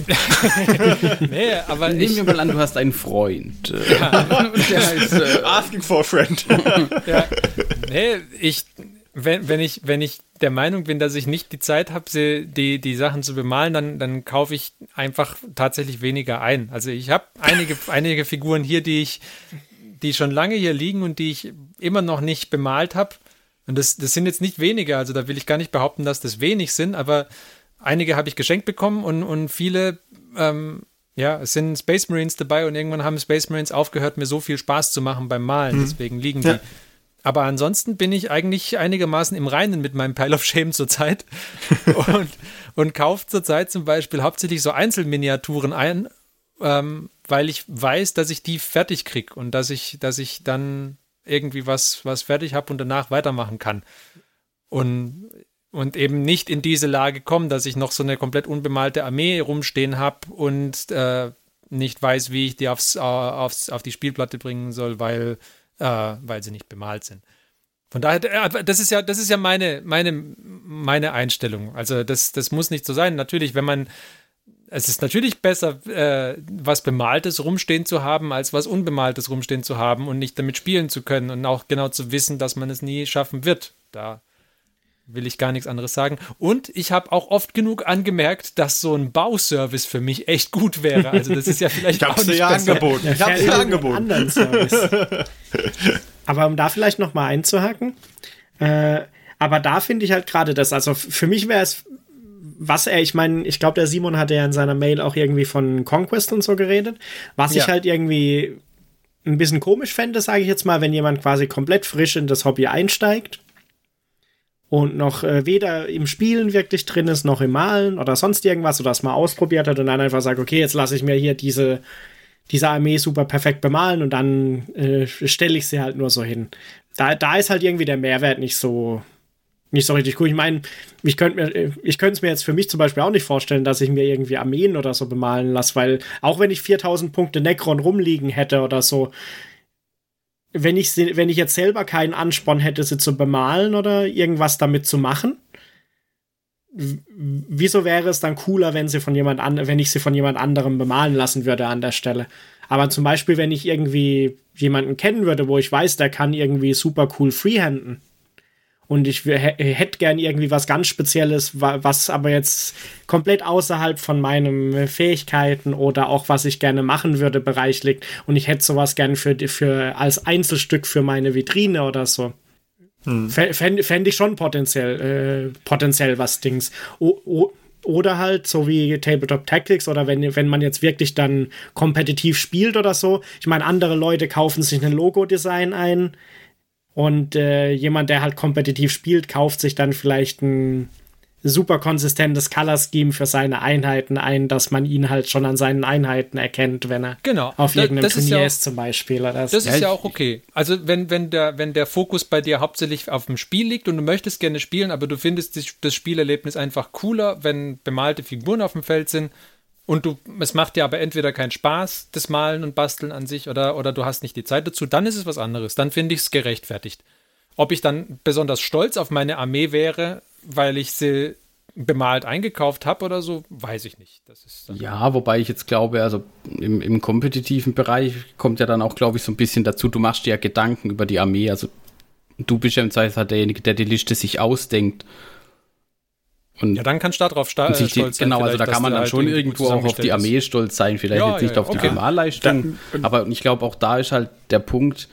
nee, aber nehmen ich, wir mal an, du hast einen Freund. Ja. Der heißt, äh, Asking for a friend. ja, nee, ich... Wenn, wenn, ich, wenn ich der Meinung bin, dass ich nicht die Zeit habe, die, die Sachen zu bemalen, dann, dann kaufe ich einfach tatsächlich weniger ein. Also ich habe einige, einige Figuren hier, die ich, die schon lange hier liegen und die ich immer noch nicht bemalt habe. Und das, das sind jetzt nicht wenige, also da will ich gar nicht behaupten, dass das wenig sind, aber einige habe ich geschenkt bekommen und, und viele, ähm, ja, es sind Space Marines dabei und irgendwann haben Space Marines aufgehört, mir so viel Spaß zu machen beim Malen, mhm. deswegen liegen die. Ja. Aber ansonsten bin ich eigentlich einigermaßen im Reinen mit meinem Pile of Shame zurzeit und, und kaufe zurzeit zum Beispiel hauptsächlich so Einzelminiaturen ein, ähm, weil ich weiß, dass ich die fertig kriege und dass ich, dass ich dann irgendwie was, was fertig habe und danach weitermachen kann. Und, und eben nicht in diese Lage kommen, dass ich noch so eine komplett unbemalte Armee rumstehen habe und äh, nicht weiß, wie ich die aufs, aufs, auf die Spielplatte bringen soll, weil Äh, weil sie nicht bemalt sind. Von daher, das ist ja, das ist ja meine, meine, meine Einstellung. Also das, das muss nicht so sein. Natürlich, wenn man, es ist natürlich besser, äh, was Bemaltes rumstehen zu haben, als was Unbemaltes rumstehen zu haben und nicht damit spielen zu können und auch genau zu wissen, dass man es nie schaffen wird. Da will ich gar nichts anderes sagen. Und ich habe auch oft genug angemerkt, dass so ein Bauservice für mich echt gut wäre. Also das ist ja vielleicht ich auch nicht ja besser. Angeboten. Ich habe es ja angeboten. Anderen Service. Aber um da vielleicht noch mal einzuhaken, äh, aber da finde ich halt gerade das, also für mich wäre es, was er, ich meine, ich glaube, der Simon hatte ja in seiner Mail auch irgendwie von Conquest und so geredet, was ja. ich halt irgendwie ein bisschen komisch fände, sage ich jetzt mal, wenn jemand quasi komplett frisch in das Hobby einsteigt und noch äh, weder im Spielen wirklich drin ist, noch im Malen oder sonst irgendwas oder es mal ausprobiert hat und dann einfach sagt, okay, jetzt lasse ich mir hier diese, diese Armee super perfekt bemalen und dann äh, stelle ich sie halt nur so hin. Da, da ist halt irgendwie der Mehrwert nicht so nicht so richtig cool. Ich meine, ich könnte mir, ich könnte es mir jetzt für mich zum Beispiel auch nicht vorstellen, dass ich mir irgendwie Armeen oder so bemalen lasse, weil auch wenn ich viertausend Punkte Necron rumliegen hätte oder so, wenn ich, wenn ich jetzt selber keinen Ansporn hätte, sie zu bemalen oder irgendwas damit zu machen, w- wieso wäre es dann cooler, wenn sie von jemand an, wenn ich sie von jemand anderem bemalen lassen würde an der Stelle? Aber zum Beispiel, wenn ich irgendwie jemanden kennen würde, wo ich weiß, der kann irgendwie super cool freehanden und ich w- hätte gern irgendwie was ganz Spezielles, wa- was aber jetzt komplett außerhalb von meinen Fähigkeiten oder auch was ich gerne machen würde, Bereich liegt und ich hätte sowas gern für, für als Einzelstück für meine Vitrine oder so. Hm. Fände fänd ich schon potenziell, äh, potenziell was Dings. O, o, oder halt so wie Tabletop Tactics oder wenn, wenn man jetzt wirklich dann kompetitiv spielt oder so. Ich meine, andere Leute kaufen sich ein Logo-Design ein und äh, jemand, der halt kompetitiv spielt, kauft sich dann vielleicht ein super konsistentes Color-Scheme für seine Einheiten ein, dass man ihn halt schon an seinen Einheiten erkennt, wenn er genau. auf irgendeinem das ist Turnier ja auch, ist zum Beispiel. Oder das so. ist ja auch okay. Also wenn, wenn, der, wenn der Fokus bei dir hauptsächlich auf dem Spiel liegt und du möchtest gerne spielen, aber du findest das Spielerlebnis einfach cooler, wenn bemalte Figuren auf dem Feld sind und du, es macht dir aber entweder keinen Spaß, das Malen und Basteln an sich, oder, oder du hast nicht die Zeit dazu, dann ist es was anderes. Dann finde ich es gerechtfertigt. Ob ich dann besonders stolz auf meine Armee wäre, weil ich sie bemalt eingekauft habe oder so, weiß ich nicht. Das ist ja, wobei ich jetzt glaube, also im, im kompetitiven Bereich kommt ja dann auch, glaube ich, so ein bisschen dazu, du machst dir ja Gedanken über die Armee, also du bist ja im Zweifelsfall derjenige, der die Liste sich ausdenkt. Und ja, dann kannst du da drauf sta- die, stolz sein. Genau, also da dass kann man du dann halt schon irgendwie irgendwo auch auf die Armee ist. stolz sein, vielleicht Ja, jetzt nicht ja, auf die okay. Bemalleistung, aber ich glaube auch da ist halt der Punkt,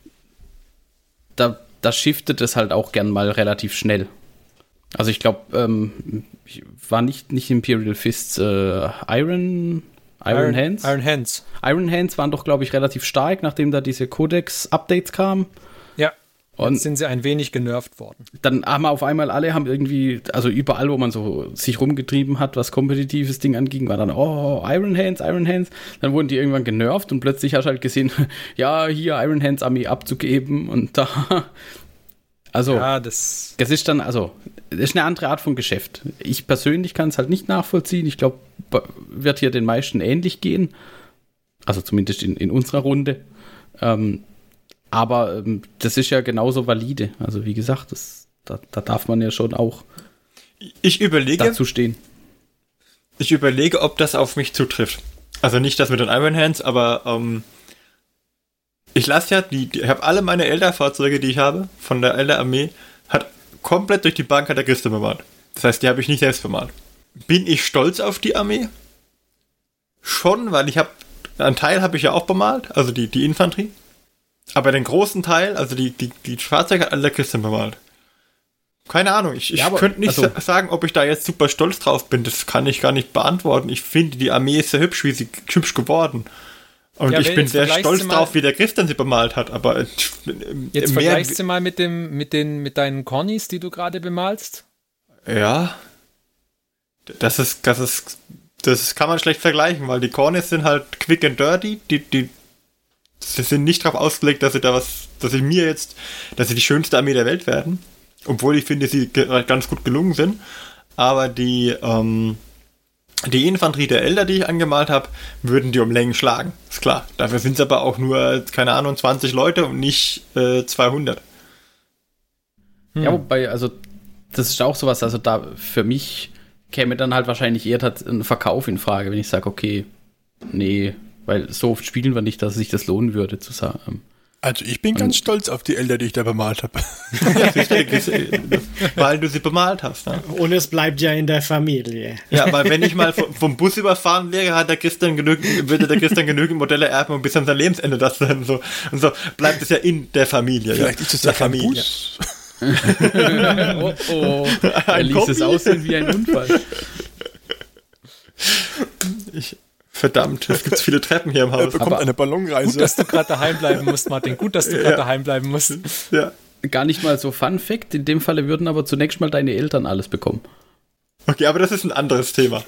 da, da shiftet es halt auch gern mal relativ schnell. Also ich glaube, ähm, ich war nicht, nicht Imperial Fists, äh, Iron, Iron, Iron Hands? Iron Hands. Iron Hands waren doch, glaube ich, relativ stark, nachdem da diese Codex-Updates kamen. Ja, und jetzt sind sie ein wenig genervt worden. Dann haben wir auf einmal alle, haben irgendwie, also überall, wo man so sich rumgetrieben hat, was kompetitives Ding anging, war dann, oh, Iron Hands, Iron Hands. Dann wurden die irgendwann genervt und plötzlich hast du halt gesehen, ja, hier Iron Hands Armee abzugeben und da... Also, ja, das, das ist dann, also, das ist eine andere Art von Geschäft. Ich persönlich kann es halt nicht nachvollziehen. Ich glaube, wird hier den meisten ähnlich gehen. Also zumindest in, in unserer Runde. Ähm, aber ähm, das ist ja genauso valide. Also wie gesagt, das, da, da darf man ja schon auch ich überlege, dazu stehen. Ich überlege, ob das auf mich zutrifft. Also nicht das mit den Iron Hands, aber ähm, ich lasse ja, die, die, ich habe alle meine Elder-Fahrzeuge, die ich habe, von der Elder-Armee, hat komplett durch die Bank hat der Christen bemalt. Das heißt, die habe ich nicht selbst bemalt. Bin ich stolz auf die Armee? Schon, weil ich habe, einen Teil habe ich ja auch bemalt, also die, die Infanterie. Aber den großen Teil, also die, die, die Fahrzeuge hat alle der Christen bemalt. Keine Ahnung, ich, ich Ja, aber, könnte nicht also, sagen, ob ich da jetzt super stolz drauf bin. Das kann ich gar nicht beantworten. Ich finde, die Armee ist sehr hübsch, wie sie hübsch geworden. Und ja, ich bin sehr stolz mal, drauf, wie der Christian sie bemalt hat, aber äh, jetzt mehr, vergleichst du mal mit dem, mit den, mit deinen Cornys, die du gerade bemalst. Ja. Das ist, das ist, das kann man schlecht vergleichen, weil die Cornys sind halt quick and dirty, die, die, sie sind nicht darauf ausgelegt, dass sie da was, dass sie mir jetzt, dass sie die schönste Armee der Welt werden. Obwohl ich finde, sie ganz gut gelungen sind. Aber die, ähm, die Infanterie der Elder, die ich angemalt habe, würden die um Längen schlagen. Ist klar. Dafür sind es aber auch nur, keine Ahnung, zwanzig Leute und nicht äh, zweihundert. Hm. Ja, wobei, also, das ist auch sowas, also da für mich käme dann halt wahrscheinlich eher ein Verkauf in Frage, wenn ich sage, okay, nee, weil so oft spielen wir nicht, dass sich das lohnen würde, zu sagen. Also ich bin ganz stolz auf die Elder, die ich da bemalt habe. Weil du sie bemalt hast. Ne? Und es bleibt ja in der Familie. Ja, weil wenn ich mal vom Bus überfahren wäre, hat der Christian genügend, würde der Christian genügend Modelle erben und bis an sein Lebensende das dann so. Und so bleibt es ja in der Familie. Vielleicht ja. ist es ja kein Bus. oh, oh. Er ließ es aussehen wie ein Unfall. Ich... Verdammt, es gibt viele Treppen hier im Haus. Er bekommt Aber eine Ballonreise. Gut, dass du gerade daheim bleiben musst, Martin. Gut, dass du gerade ja. daheim bleiben musst. Ja. Gar nicht mal so Fun Fact. In dem Falle würden aber zunächst mal deine Eltern alles bekommen. Okay, aber das ist ein anderes Thema.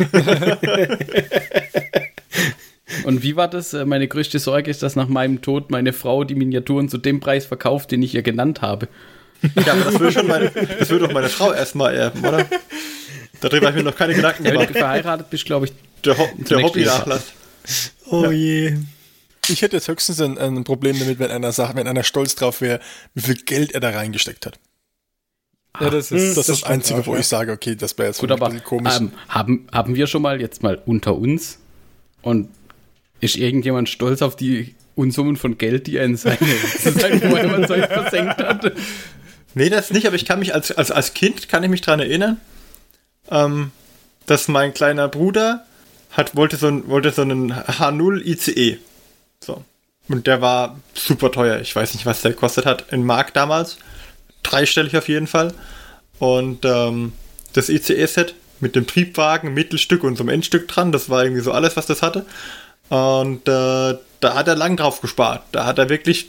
Und wie war das? Meine größte Sorge ist, dass nach meinem Tod meine Frau die Miniaturen zu dem Preis verkauft, den ich ihr genannt habe. Ja, aber das will schon meine, das will doch meine Frau erstmal erben, oder? Darüber habe ich mir noch keine Gedanken Ja, wenn gemacht. du verheiratet bist, glaube ich, Der, Ho- der Hobby-Nachlass. Oh je. Ich hätte jetzt höchstens ein, ein Problem damit, wenn einer sagt, wenn einer stolz drauf wäre, wie viel Geld er da reingesteckt hat. Ja, das ist das, ist das Einzige, auch, wo ja. ich sage, okay, das wäre jetzt gut, aber komisch. Ähm, haben, haben wir schon mal jetzt mal unter uns und ist irgendjemand stolz auf die Unsummen von Geld, die er in seine, seine Monat versenkt hat? Nee, das nicht, aber ich kann mich als, als, als Kind, kann ich mich daran erinnern, ähm, dass mein kleiner Bruder hat, wollte so, ein, wollte so einen H null I C E. So. Und der war super teuer. Ich weiß nicht, was der gekostet hat in Mark damals. Dreistellig auf jeden Fall. Und ähm, das I C E-Set mit dem Triebwagen, Mittelstück und so einem Endstück dran, das war irgendwie so alles, was das hatte. Und äh, da hat er lang drauf gespart. Da hat er wirklich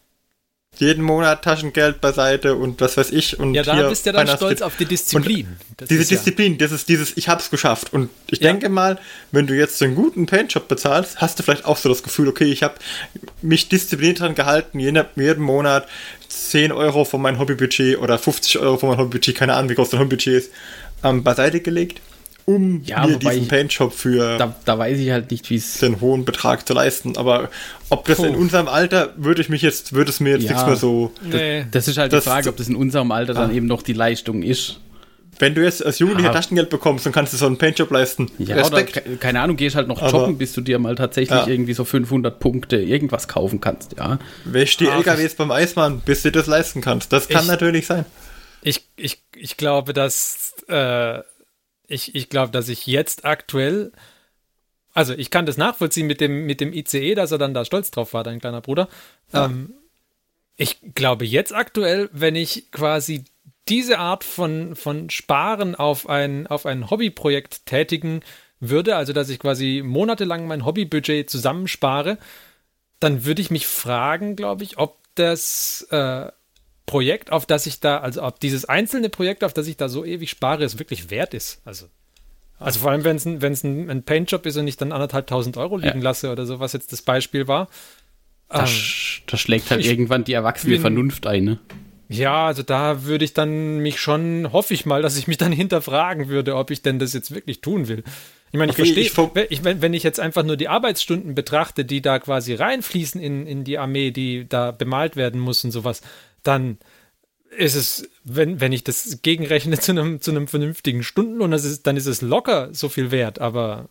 jeden Monat Taschengeld beiseite und was weiß ich. Und ja, da bist du ja dann stolz auf die Disziplin. Diese Disziplin, ja. das ist dieses, ich hab's geschafft. Und ich ja. denke mal, wenn du jetzt einen guten Paintjob bezahlst, hast du vielleicht auch so das Gefühl, okay, ich habe mich diszipliniert dran gehalten, jeden, jeden Monat zehn Euro von meinem Hobbybudget oder fünfzig Euro von meinem Hobbybudget, keine Ahnung, wie groß dein Hobbybudget ist, ähm, beiseite gelegt, um ja, mir diesen Paintjob für da, da weiß ich halt nicht, wie es den hohen Betrag zu leisten. Aber ob das Puh. in unserem Alter, würde ich mich jetzt, würde es mir jetzt ja, nichts mehr so... Nee. Das ist halt das, die Frage, ob das in unserem Alter dann ah. eben noch die Leistung ist. Wenn du jetzt als Jugendlicher ah. Taschengeld bekommst, dann kannst du so einen Paintjob leisten. Ja, Respekt. Oder, keine Ahnung, gehst halt noch joggen, bis du dir mal tatsächlich ja. irgendwie so fünfhundert Punkte irgendwas kaufen kannst, ja. Wäsch die ah, L K Ws beim Eismann, bis du das leisten kannst. Das kann ich, natürlich sein. Ich, ich, ich glaube, dass... Äh, Ich, ich glaube, dass ich jetzt aktuell, also ich kann das nachvollziehen mit dem, mit dem I C E, dass er dann da stolz drauf war, dein kleiner Bruder. Ja. Ähm, ich glaube jetzt aktuell, wenn ich quasi diese Art von, von Sparen auf ein, auf ein Hobbyprojekt tätigen würde, also dass ich quasi monatelang mein Hobbybudget zusammenspare, dann würde ich mich fragen, glaube ich, ob das äh, Projekt, auf das ich da, also ob dieses einzelne Projekt, auf das ich da so ewig spare, es wirklich wert ist. Also, also vor allem, wenn es ein, wenn's ein, ein Paintjob ist und ich dann anderthalbtausend Euro liegen ja. lasse oder so, was jetzt das Beispiel war. Da, ähm, sch- da schlägt halt ich, irgendwann die erwachsene bin, Vernunft ein, ne? Ja, also da würde ich dann mich schon, hoffe ich mal, dass ich mich dann hinterfragen würde, ob ich denn das jetzt wirklich tun will. Ich meine, ich okay, verstehe, ich, wenn, wenn ich jetzt einfach nur die Arbeitsstunden betrachte, die da quasi reinfließen in, in die Armee, die da bemalt werden muss und sowas, dann ist es, wenn, wenn ich das gegenrechne zu einem, zu einem vernünftigen Stundenlohn, das ist, dann ist es locker so viel wert, aber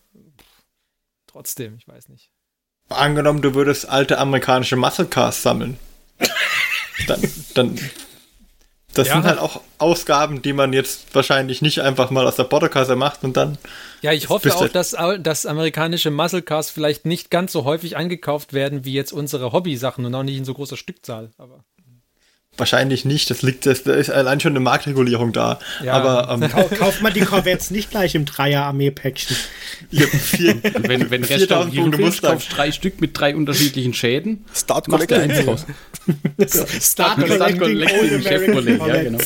trotzdem, ich weiß nicht. Angenommen, du würdest alte amerikanische Muscle Cars sammeln. dann, dann das ja. sind halt auch Ausgaben, die man jetzt wahrscheinlich nicht einfach mal aus der Portokasse macht und dann... Ja, ich hoffe auch, dass, dass amerikanische Muscle Cars vielleicht nicht ganz so häufig eingekauft werden wie jetzt unsere Hobby-Sachen und auch nicht in so großer Stückzahl, aber... Wahrscheinlich nicht, das liegt, das, da ist allein schon eine Marktregulierung da. Ja. Aber ähm, kauft man die Corvettes nicht gleich im Dreier-Armee-Päckchen. wenn wenn Restaurierung willst, kaufst drei Stück mit drei unterschiedlichen Schäden. Start Collecting. Start, Start Collecting, Collecting Chevrolet, ja genau.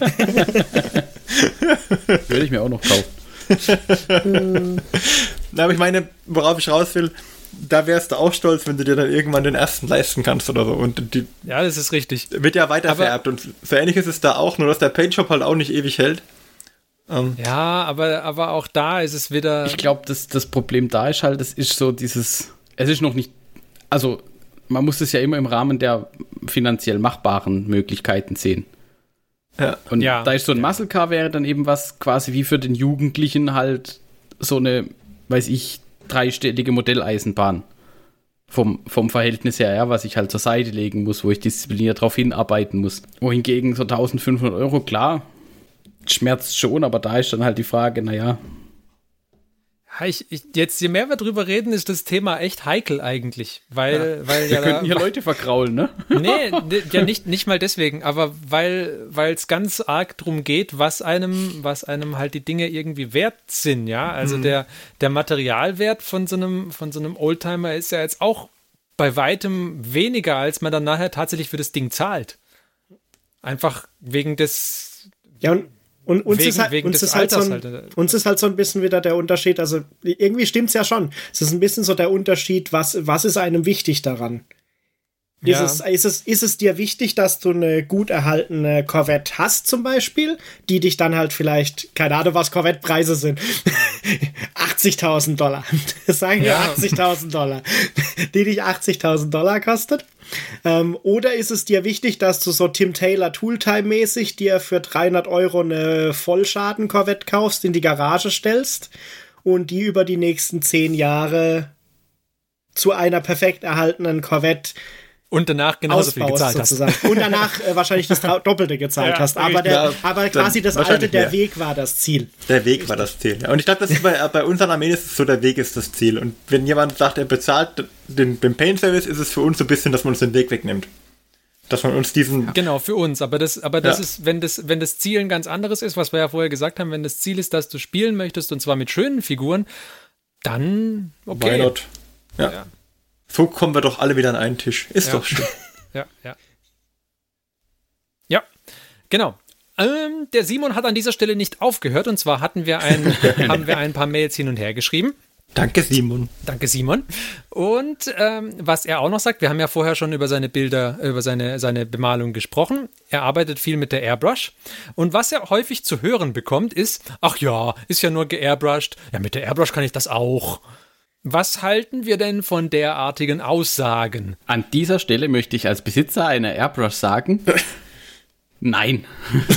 Würde ich mir auch noch kaufen. Na, aber ich meine, worauf ich raus will, da wärst du auch stolz, wenn du dir dann irgendwann den ersten leisten kannst oder so. Und die ja, das ist richtig. Wird ja weiter vererbt. Und so ähnlich ist es da auch, nur dass der Paintshop halt auch nicht ewig hält. Um. Ja, aber, aber auch da ist es wieder... Ich glaube, das, das Problem da ist halt, es ist so dieses... Es ist noch nicht... Also, man muss es ja immer im Rahmen der finanziell machbaren Möglichkeiten sehen. Ja. Und ja. da ist so ein ja. Muscle Car wäre dann eben was quasi wie für den Jugendlichen halt so eine, weiß ich, dreistellige Modelleisenbahn vom, vom Verhältnis her, ja, was ich halt zur Seite legen muss, wo ich diszipliniert darauf hinarbeiten muss. Wohingegen so eintausendfünfhundert Euro, klar, schmerzt schon, aber da ist dann halt die Frage, naja. Ich, ich, jetzt, je mehr wir drüber reden, ist das Thema echt heikel eigentlich, weil, ja. weil wir ja könnten hier Leute verkraulen, ne? Nee, ja nicht, nicht mal deswegen, aber weil es ganz arg drum geht, was einem, was einem halt die Dinge irgendwie wert sind, ja. Also mhm. der, der Materialwert von so einem, von so einem Oldtimer ist ja jetzt auch bei weitem weniger, als man dann nachher tatsächlich für das Ding zahlt. Einfach wegen des. Ja, und Und uns, wegen, ist, halt, uns, ist halt so ein, halt. uns ist halt so ein bisschen wieder der Unterschied, also irgendwie stimmt es ja schon. Es ist ein bisschen so der Unterschied, was, was ist einem wichtig daran? Ja. Ist, es, ist, es, ist es dir wichtig, dass du eine gut erhaltene Corvette hast zum Beispiel, die dich dann halt vielleicht, keine Ahnung, was Corvette-Preise sind, achtzigtausend Dollar, sagen wir ja. achtzigtausend Dollar, die dich achtzigtausend Dollar kostet? Ähm, oder ist es dir wichtig, dass du so Tim Taylor Tooltime-mäßig dir für dreihundert Euro eine Vollschaden-Corvette kaufst, in die Garage stellst und die über die nächsten zehn Jahre zu einer perfekt erhaltenen Corvette und danach genauso viel gezahlt sozusagen. hast. Und danach äh, wahrscheinlich das Doppelte gezahlt ja, hast. Aber, der, ja, aber quasi das alte, der mehr. Weg war das Ziel. Der Weg Richtig. war das Ziel. Ja. Und ich glaube, das ist bei, bei unseren Armeen ist es so, der Weg ist das Ziel. Und wenn jemand sagt, er bezahlt den, den Paint-Service, ist es für uns so ein bisschen, dass man uns den Weg wegnimmt. Dass man uns diesen... Genau, für uns. Aber das, aber das ja. ist, wenn das, wenn das Ziel ein ganz anderes ist, was wir ja vorher gesagt haben, wenn das Ziel ist, dass du spielen möchtest, und zwar mit schönen Figuren, dann okay. Why not? Ja. ja. So kommen wir doch alle wieder an einen Tisch. Ist ja. doch schön. Ja, ja. Ja, genau. Ähm, der Simon hat an dieser Stelle nicht aufgehört, und zwar hatten wir ein, haben wir ein paar Mails hin und her geschrieben. Danke, Simon. Danke, Simon. Und ähm, was er auch noch sagt, wir haben ja vorher schon über seine Bilder, über seine, seine Bemalung gesprochen. Er arbeitet viel mit der Airbrush. Und was er häufig zu hören bekommt, ist, ach ja, ist ja nur geairbrushed. Ja, mit der Airbrush kann ich das auch. Was halten wir denn von derartigen Aussagen? An dieser Stelle möchte ich als Besitzer einer Airbrush sagen, nein.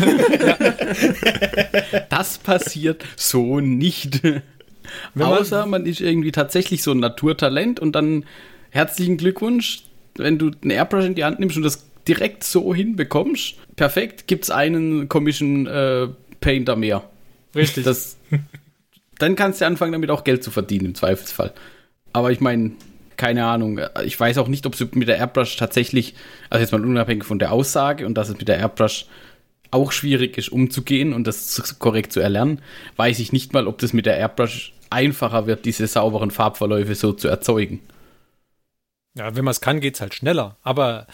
Das passiert so nicht. Wenn Außer man ist irgendwie tatsächlich so ein Naturtalent und dann herzlichen Glückwunsch, wenn du einen Airbrush in die Hand nimmst und das direkt so hinbekommst. Perfekt, gibt's einen Commission äh, Painter mehr. Richtig. Das... Dann kannst du anfangen, damit auch Geld zu verdienen, im Zweifelsfall. Aber ich meine, keine Ahnung. Ich weiß auch nicht, ob es mit der Airbrush tatsächlich, also jetzt mal unabhängig von der Aussage und dass es mit der Airbrush auch schwierig ist, umzugehen und das korrekt zu erlernen, weiß ich nicht mal, ob das mit der Airbrush einfacher wird, diese sauberen Farbverläufe so zu erzeugen. Ja, wenn man es kann, geht es halt schneller. Aber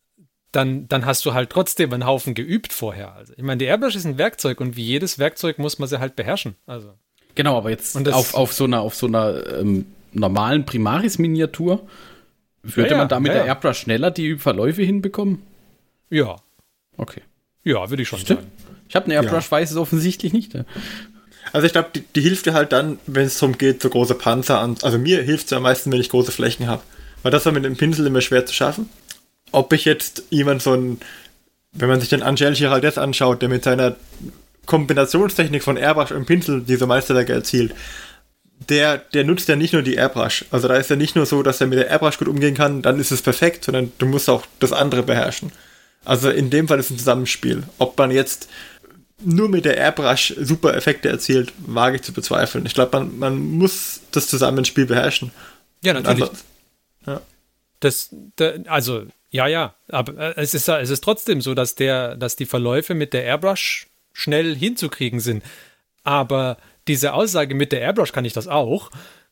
dann, dann hast du halt trotzdem einen Haufen geübt vorher. Also, ich meine, die Airbrush ist ein Werkzeug und wie jedes Werkzeug muss man sie halt beherrschen. Also Genau, aber jetzt auf, auf so einer, auf so einer ähm, normalen Primaris-Miniatur würde ja, ja, man da mit ja, der Airbrush schneller die Verläufe hinbekommen? Ja. Okay. Ja, würde ich schon sagen. Ich habe eine Airbrush, ja. weiß es offensichtlich nicht. Also ich glaube, die, die hilft dir halt dann, wenn es darum geht, so große Panzer an. Also mir hilft es am meisten, wenn ich große Flächen habe. Weil das war mit dem Pinsel immer schwer zu schaffen. Ob ich jetzt jemand so ein, wenn man sich den Angel Giraldez anschaut, der mit seiner Kombinationstechnik von Airbrush und Pinsel diese Meisterwerke erzielt, der, der nutzt ja nicht nur die Airbrush. Also da ist ja nicht nur so, dass er mit der Airbrush gut umgehen kann, dann ist es perfekt, sondern du musst auch das andere beherrschen. Also in dem Fall ist es ein Zusammenspiel. Ob man jetzt nur mit der Airbrush super Effekte erzielt, wage ich zu bezweifeln. Ich glaube, man, man muss das Zusammenspiel beherrschen. Ja, natürlich. Einfach, ja. Das, da, also, ja, ja. Aber es ist, es ist trotzdem so, dass, der, dass die Verläufe mit der Airbrush schnell hinzukriegen sind. Aber diese Aussage mit der Airbrush kann ich das auch.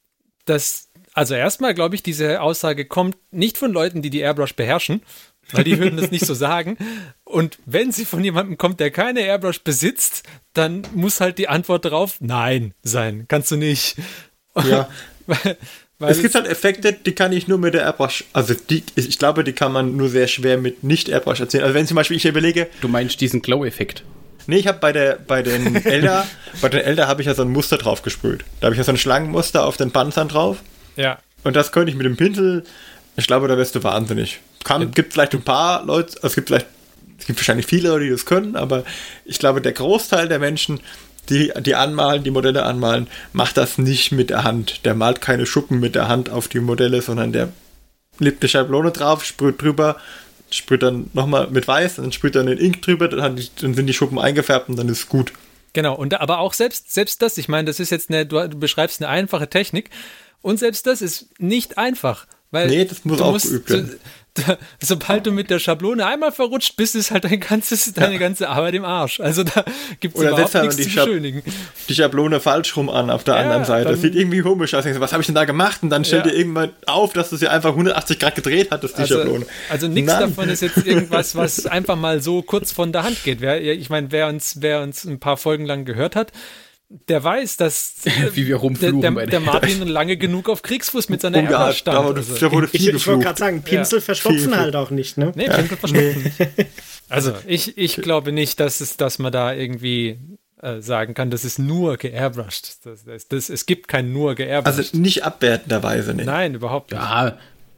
Das, also erstmal glaube ich, diese Aussage kommt nicht von Leuten, die die Airbrush beherrschen, weil die würden das nicht so sagen. Und wenn sie von jemandem kommt, der keine Airbrush besitzt, dann muss halt die Antwort darauf nein sein. Kannst du nicht. Ja. weil, weil es gibt halt Effekte, die kann ich nur mit der Airbrush, also die, ich glaube, die kann man nur sehr schwer mit Nicht-Airbrush erzielen. Also wenn zum Beispiel ich überlege... Du meinst diesen Glow-Effekt? Nee, ich habe bei der bei den Elder, bei den Elder habe ich ja so ein Muster drauf gesprüht. Da habe ich ja so ein Schlangenmuster auf den Panzern drauf. Ja. Und das könnte ich mit dem Pinsel, ich glaube, da wirst du wahnsinnig. Kann, gibt vielleicht ein paar Leute, also es gibt vielleicht, es gibt wahrscheinlich viele Leute, die das können, aber ich glaube, der Großteil der Menschen, die, die anmalen, die Modelle anmalen, macht das nicht mit der Hand. Der malt keine Schuppen mit der Hand auf die Modelle, sondern der legt eine Schablone drauf, sprüht drüber, sprüht dann nochmal mit Weiß, dann sprüht dann den Ink drüber, dann, dann sind die Schuppen eingefärbt und dann ist es gut. Genau, und aber auch selbst, selbst das, ich meine, das ist jetzt eine, du, du beschreibst eine einfache Technik und selbst das ist nicht einfach. Weil nee, das muss auch geübt werden. Da, sobald du mit der Schablone einmal verrutscht bist, ist halt dein ganzes, deine ja. ganze Arbeit im Arsch. Also da gibt es überhaupt nichts zu beschönigen. Die Schablone falsch rum an auf der ja, anderen Seite. Das sieht irgendwie komisch aus. Was habe ich denn da gemacht? Und dann stellt ja. dir irgendwann auf, dass du sie einfach hundertachtzig Grad gedreht hattest, die also, Schablone. Also nichts davon ist jetzt irgendwas, was einfach mal so kurz von der Hand geht. Wer, ich meine, wer uns, wer uns ein paar Folgen lang gehört hat, der weiß, dass Wie wir rumfluchen der, der, der Martin lange genug auf Kriegsfuß mit seiner Airbrush stand. Da, also. da wurde viel ich ich wollte gerade sagen, Pinsel ja. verstopfen viel halt auch nicht, ne? Nee, Pinsel ja. verstopfen nicht. Also, ich, ich glaube nicht, dass, es, dass man da irgendwie äh, sagen kann, das ist nur geairbrushed. Das, das, das, es gibt kein nur geairbrushed. Also nicht abwertenderweise, ne? Nein, überhaupt nicht. Ja,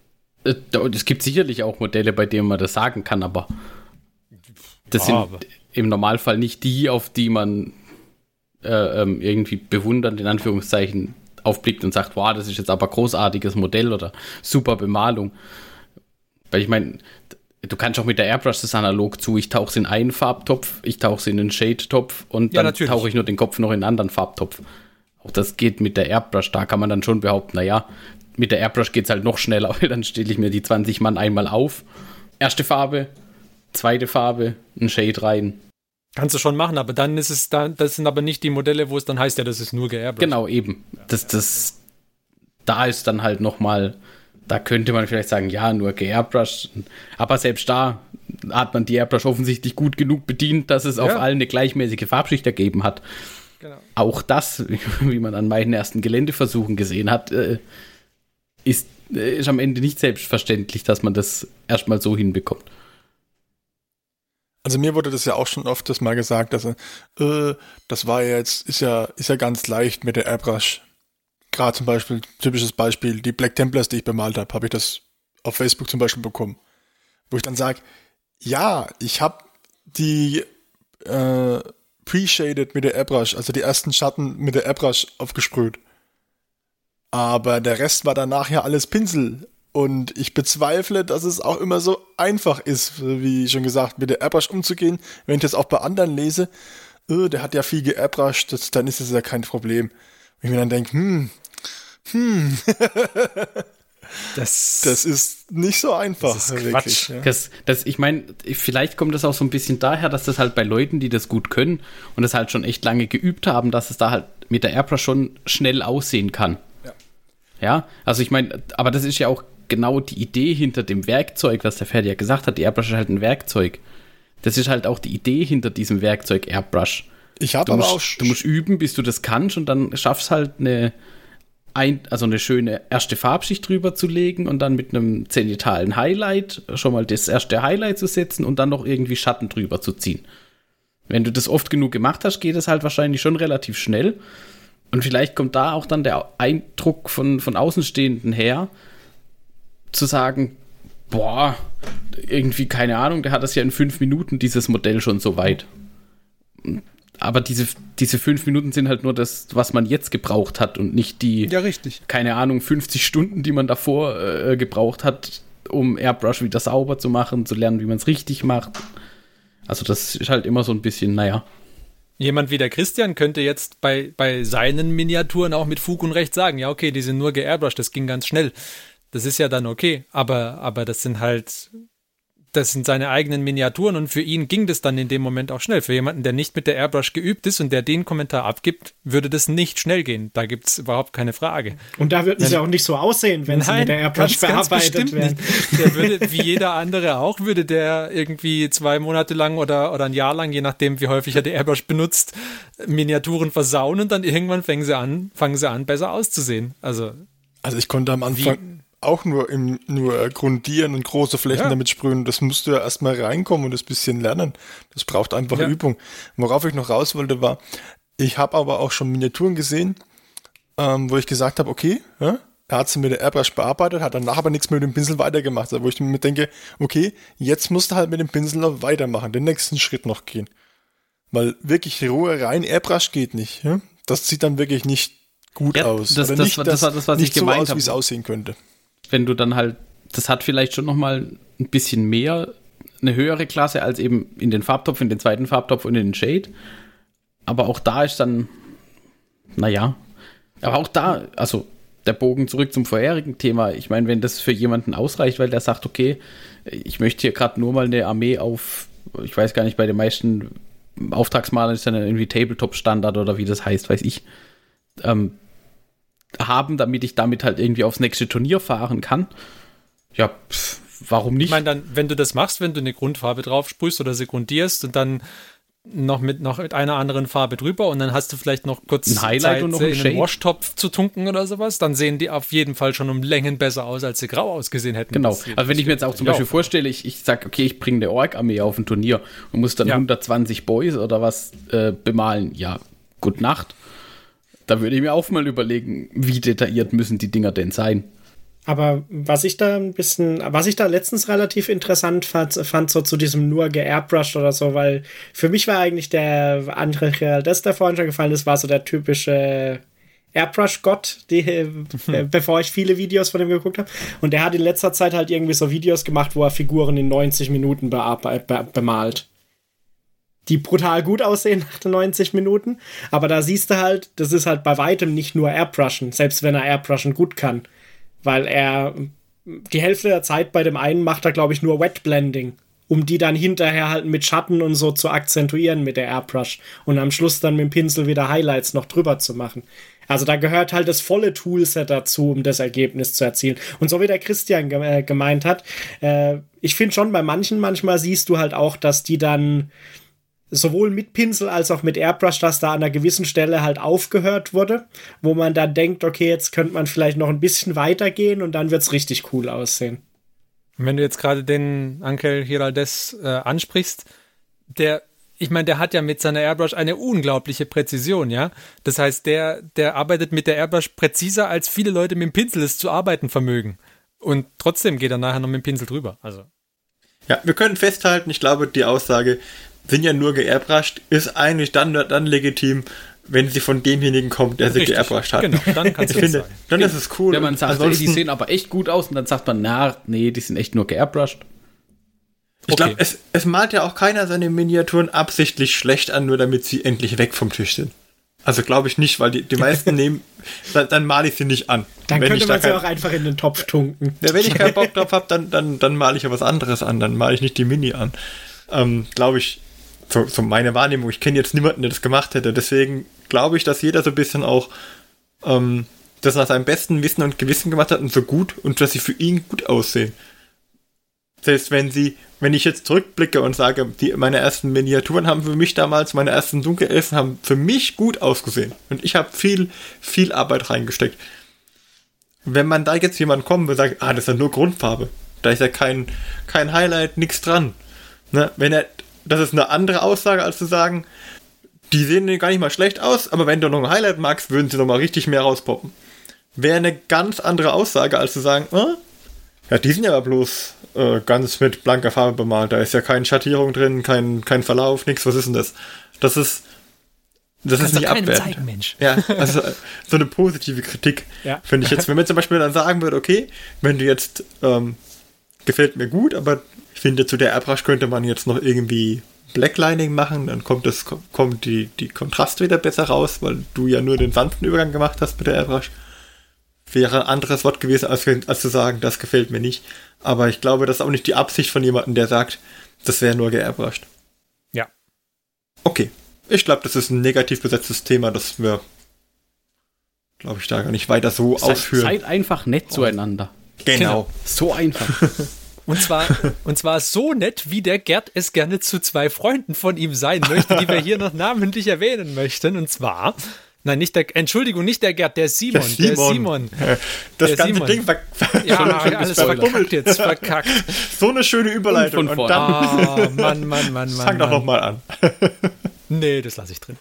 Es gibt sicherlich auch Modelle, bei denen man das sagen kann, aber das ja, sind aber. im Normalfall nicht die, auf die man äh, ähm, irgendwie bewundernd in Anführungszeichen aufblickt und sagt, wow, das ist jetzt aber großartiges Modell oder super Bemalung. Weil ich meine, du kannst auch mit der Airbrush das analog zu, ich tauche es in einen Farbtopf, ich tauche es in einen Shade-Topf und Ja, dann natürlich. tauche ich nur den Kopf noch in einen anderen Farbtopf. Auch das geht mit der Airbrush, da kann man dann schon behaupten, naja, mit der Airbrush geht es halt noch schneller, weil dann stelle ich mir die zwanzig Mann einmal auf. Erste Farbe, zweite Farbe, ein Shade rein. Kannst du schon machen, aber dann ist es dann, das sind aber nicht die Modelle, wo es dann heißt, ja, das ist nur geairbrushed. Genau, eben. Das, das, da ist dann halt nochmal, da könnte man vielleicht sagen, ja, nur geairbrushed. Aber selbst da hat man die Airbrush offensichtlich gut genug bedient, dass es Ja. auf allen eine gleichmäßige Farbschicht ergeben hat. Genau. Auch das, wie man an meinen ersten Geländeversuchen gesehen hat, äh, ist, äh, ist am Ende nicht selbstverständlich, dass man das erstmal so hinbekommt. Also mir wurde das ja auch schon oft das mal gesagt, dass äh, das war ja jetzt, ist ja, ist ja ganz leicht mit der Airbrush. Gerade zum Beispiel, typisches Beispiel, die Black Templars, die ich bemalt habe, habe ich das auf Facebook zum Beispiel bekommen. Wo ich dann sage, ja, ich habe die äh, Pre-Shaded mit der Airbrush, also die ersten Schatten mit der Airbrush aufgesprüht. Aber der Rest war danach ja alles Pinsel. Und ich bezweifle, dass es auch immer so einfach ist, wie schon gesagt, mit der Airbrush umzugehen. Wenn ich das auch bei anderen lese, oh, der hat ja viel geairbrushed, das, dann ist das ja kein Problem. Und ich mir dann denke, hm, hm, Das, das ist nicht so einfach. Das ist wirklich, Quatsch. ja. Das, das, ich meine, vielleicht kommt das auch so ein bisschen daher, dass das halt bei Leuten, die das gut können und das halt schon echt lange geübt haben, dass es da halt mit der Airbrush schon schnell aussehen kann. Ja. Ja, also ich meine, aber das ist ja auch genau die Idee hinter dem Werkzeug, was der Ferdi ja gesagt hat. Die Airbrush ist halt ein Werkzeug. Das ist halt auch die Idee hinter diesem Werkzeug Airbrush. Ich habe Du aber musst, auch du musst üben, bis du das kannst und dann schaffst halt eine, ein, also eine schöne erste Farbschicht drüber zu legen und dann mit einem zenitalen Highlight schon mal das erste Highlight zu setzen und dann noch irgendwie Schatten drüber zu ziehen. Wenn du das oft genug gemacht hast, geht es halt wahrscheinlich schon relativ schnell. Und vielleicht kommt da auch dann der Eindruck von, von Außenstehenden her, zu sagen, boah, irgendwie, keine Ahnung, der hat das ja in fünf Minuten, dieses Modell schon so weit. Aber diese, diese fünf Minuten sind halt nur das, was man jetzt gebraucht hat und nicht die, ja, richtig. keine Ahnung, fünfzig Stunden, die man davor äh, gebraucht hat, um Airbrush wieder sauber zu machen, zu lernen, wie man es richtig macht. Also das ist halt immer so ein bisschen, naja. Jemand wie der Christian könnte jetzt bei, bei seinen Miniaturen auch mit Fug und Recht sagen, ja, okay, die sind nur geairbrushed, das ging ganz schnell. Das ist ja dann okay, aber, aber das sind halt, das sind seine eigenen Miniaturen und für ihn ging das dann in dem Moment auch schnell. Für jemanden, der nicht mit der Airbrush geübt ist und der den Kommentar abgibt, würde das nicht schnell gehen. Da gibt es überhaupt keine Frage. Und da würden sie auch nicht so aussehen, wenn sie mit der Airbrush bearbeitet werden. Nicht. Der würde, wie jeder andere auch, würde der irgendwie zwei Monate lang oder, oder ein Jahr lang, je nachdem, wie häufig er die Airbrush benutzt, Miniaturen versauen und dann irgendwann fangen sie an, fangen sie an, besser auszusehen. Also, Also ich konnte am Anfang wie? auch nur im nur grundieren und große Flächen ja. damit sprühen. Das musst du ja erstmal reinkommen und das bisschen lernen. Das braucht einfach ja. Übung. Worauf ich noch raus wollte war, ich habe aber auch schon Miniaturen gesehen, ähm, wo ich gesagt habe, okay, ja, er hat sie mit der Airbrush bearbeitet, hat danach aber nichts mehr mit dem Pinsel weitergemacht. Also wo ich mir denke, okay, jetzt musst du halt mit dem Pinsel noch weitermachen, den nächsten Schritt noch gehen. Weil wirklich Ruhe rein Airbrush geht nicht. Ja? Das sieht dann wirklich nicht gut ja, aus. Das, Oder das, nicht, das, das war das, was nicht ich gemeint so aus, habe. wie es aussehen könnte. Wenn du dann halt, das hat vielleicht schon nochmal ein bisschen mehr, eine höhere Klasse als eben in den Farbtopf, in den zweiten Farbtopf und in den Shade. Aber auch da ist dann, naja, aber auch da, also der Bogen zurück zum vorherigen Thema. Ich meine, wenn das für jemanden ausreicht, weil der sagt, okay, ich möchte hier gerade nur mal eine Armee auf, ich weiß gar nicht, bei den meisten Auftragsmalern ist dann irgendwie Tabletop-Standard oder wie das heißt, weiß ich, ähm, haben, damit ich damit halt irgendwie aufs nächste Turnier fahren kann. Ja, pff, warum nicht? Ich meine, dann, wenn du das machst, wenn du eine Grundfarbe drauf sprühst oder sie grundierst und dann noch mit, noch mit einer anderen Farbe drüber und dann hast du vielleicht noch kurz ein Highlight Zeit, und noch sie ein in Shade. einen Waschtopf zu tunken oder sowas, dann sehen die auf jeden Fall schon um Längen besser aus, als sie grau ausgesehen hätten. Genau, das, also wenn ich mir jetzt auch zum Beispiel auch. vorstelle, ich, ich sage, okay, ich bringe eine Ork-Armee auf ein Turnier und muss dann ja. hundertzwanzig Boys oder was äh, bemalen, ja, gut Nacht. Da würde ich mir auch mal überlegen, wie detailliert müssen die Dinger denn sein. Aber was ich da ein bisschen, was ich da letztens relativ interessant fand, fand so zu diesem nur geairbrushed oder so, weil für mich war eigentlich der andere Geraldess, der vorhin schon gefallen ist, war so der typische Airbrush-Gott, die, hm. äh, bevor ich viele Videos von ihm geguckt habe. Und der hat in letzter Zeit halt irgendwie so Videos gemacht, wo er Figuren in neunzig Minuten bearbeit, be- bemalt. Die brutal gut aussehen nach den neunzig Minuten. Aber da siehst du halt, das ist halt bei weitem nicht nur Airbrushen, selbst wenn er Airbrushen gut kann. Weil er die Hälfte der Zeit bei dem einen macht er, glaube ich, nur Wetblending, um die dann hinterher halt mit Schatten und so zu akzentuieren mit der Airbrush und am Schluss dann mit dem Pinsel wieder Highlights noch drüber zu machen. Also da gehört halt das volle Toolset dazu, um das Ergebnis zu erzielen. Und so wie der Christian ge- äh, gemeint hat, äh, ich finde schon, bei manchen manchmal siehst du halt auch, dass die dann sowohl mit Pinsel als auch mit Airbrush, dass da an einer gewissen Stelle halt aufgehört wurde, wo man dann denkt, okay, jetzt könnte man vielleicht noch ein bisschen weitergehen und dann wird's richtig cool aussehen. Wenn du jetzt gerade den Ankel Giraldez äh, ansprichst, der, ich meine, der hat ja mit seiner Airbrush eine unglaubliche Präzision, ja. Das heißt, der, der arbeitet mit der Airbrush präziser, als viele Leute mit dem Pinsel es zu arbeiten vermögen. Und trotzdem geht er nachher noch mit dem Pinsel drüber. Also. Ja, wir können festhalten, ich glaube, die Aussage, sind ja nur geairbrushed, ist eigentlich dann, dann legitim, wenn sie von demjenigen kommt, der sie geairbrushed hat. Genau, dann kannst du das sagen. Dann ist es cool. Wenn man sagt, ey, die sehen aber echt gut aus und dann sagt man, na, nee, die sind echt nur geairbrushed. Ich Okay. glaube, es, es malt ja auch keiner seine Miniaturen absichtlich schlecht an, nur damit sie endlich weg vom Tisch sind. Also glaube ich nicht, weil die, die meisten nehmen, dann, dann male ich sie nicht an. Dann wenn könnte ich man da sie kein, auch einfach in den Topf tunken. ja, wenn ich keinen Bock drauf habe, dann, dann, dann male ich ja was anderes an. Dann male ich nicht die Mini an. Ähm, glaube ich, so, so meine Wahrnehmung. Ich kenne jetzt niemanden, der das gemacht hätte. Deswegen glaube ich, dass jeder so ein bisschen auch ähm, das nach seinem besten Wissen und Gewissen gemacht hat und so gut und dass sie für ihn gut aussehen. Selbst wenn sie, wenn ich jetzt zurückblicke und sage, die, meine ersten Miniaturen haben für mich damals, meine ersten Dunkelelfen haben für mich gut ausgesehen. Und ich habe viel, viel Arbeit reingesteckt. Wenn man da jetzt jemand kommt und sagt, ah, das ist ja nur Grundfarbe. Da ist ja kein, kein Highlight, nichts dran. Ne? Wenn er, das ist eine andere Aussage, als zu sagen, die sehen gar nicht mal schlecht aus, aber wenn du noch ein Highlight magst, würden sie noch mal richtig mehr rauspoppen. Wäre eine ganz andere Aussage, als zu sagen, ah, ja, die sind ja bloß äh, ganz mit blanker Farbe bemalt. Da ist ja keine Schattierung drin, kein, kein Verlauf, nichts. Was ist denn das? Das ist, das ist nicht abwertend. Zeigen, Mensch. Ja, also so eine positive Kritik, Ja. finde ich jetzt. Wenn man zum Beispiel dann sagen würde, okay, wenn du jetzt, ähm, gefällt mir gut, aber ich finde, zu der Airbrush könnte man jetzt noch irgendwie Blacklining machen, dann kommt das, kommt die, die Kontrast wieder besser raus, weil du ja nur den sanften Übergang gemacht hast mit der Airbrush. Wäre ein anderes Wort gewesen, als, als zu sagen, das gefällt mir nicht. Aber ich glaube, das ist auch nicht die Absicht von jemandem, der sagt, das wäre nur geairbrushed. Ja. Okay. Ich glaube, das ist ein negativ besetztes Thema, das wir, glaube ich, da gar nicht weiter so Seid, ausführen. seid einfach nett zueinander. Genau. So einfach. Und zwar, und zwar so nett, wie der Gerd es gerne zu zwei Freunden von ihm sein möchte, die wir hier noch namentlich erwähnen möchten. Und zwar, nein, nicht der, Entschuldigung, nicht der Gerd, der Simon. Der Der Simon. Simon. Das Der ganze Simon. Ding ver Ja, ver alles verbummelt. verkackt jetzt, verkackt. So eine schöne Überleitung. Und Und, von dann Ah, Mann, Mann, Mann, Mann. fang doch Mann. noch mal an. Nee, das lasse ich drin.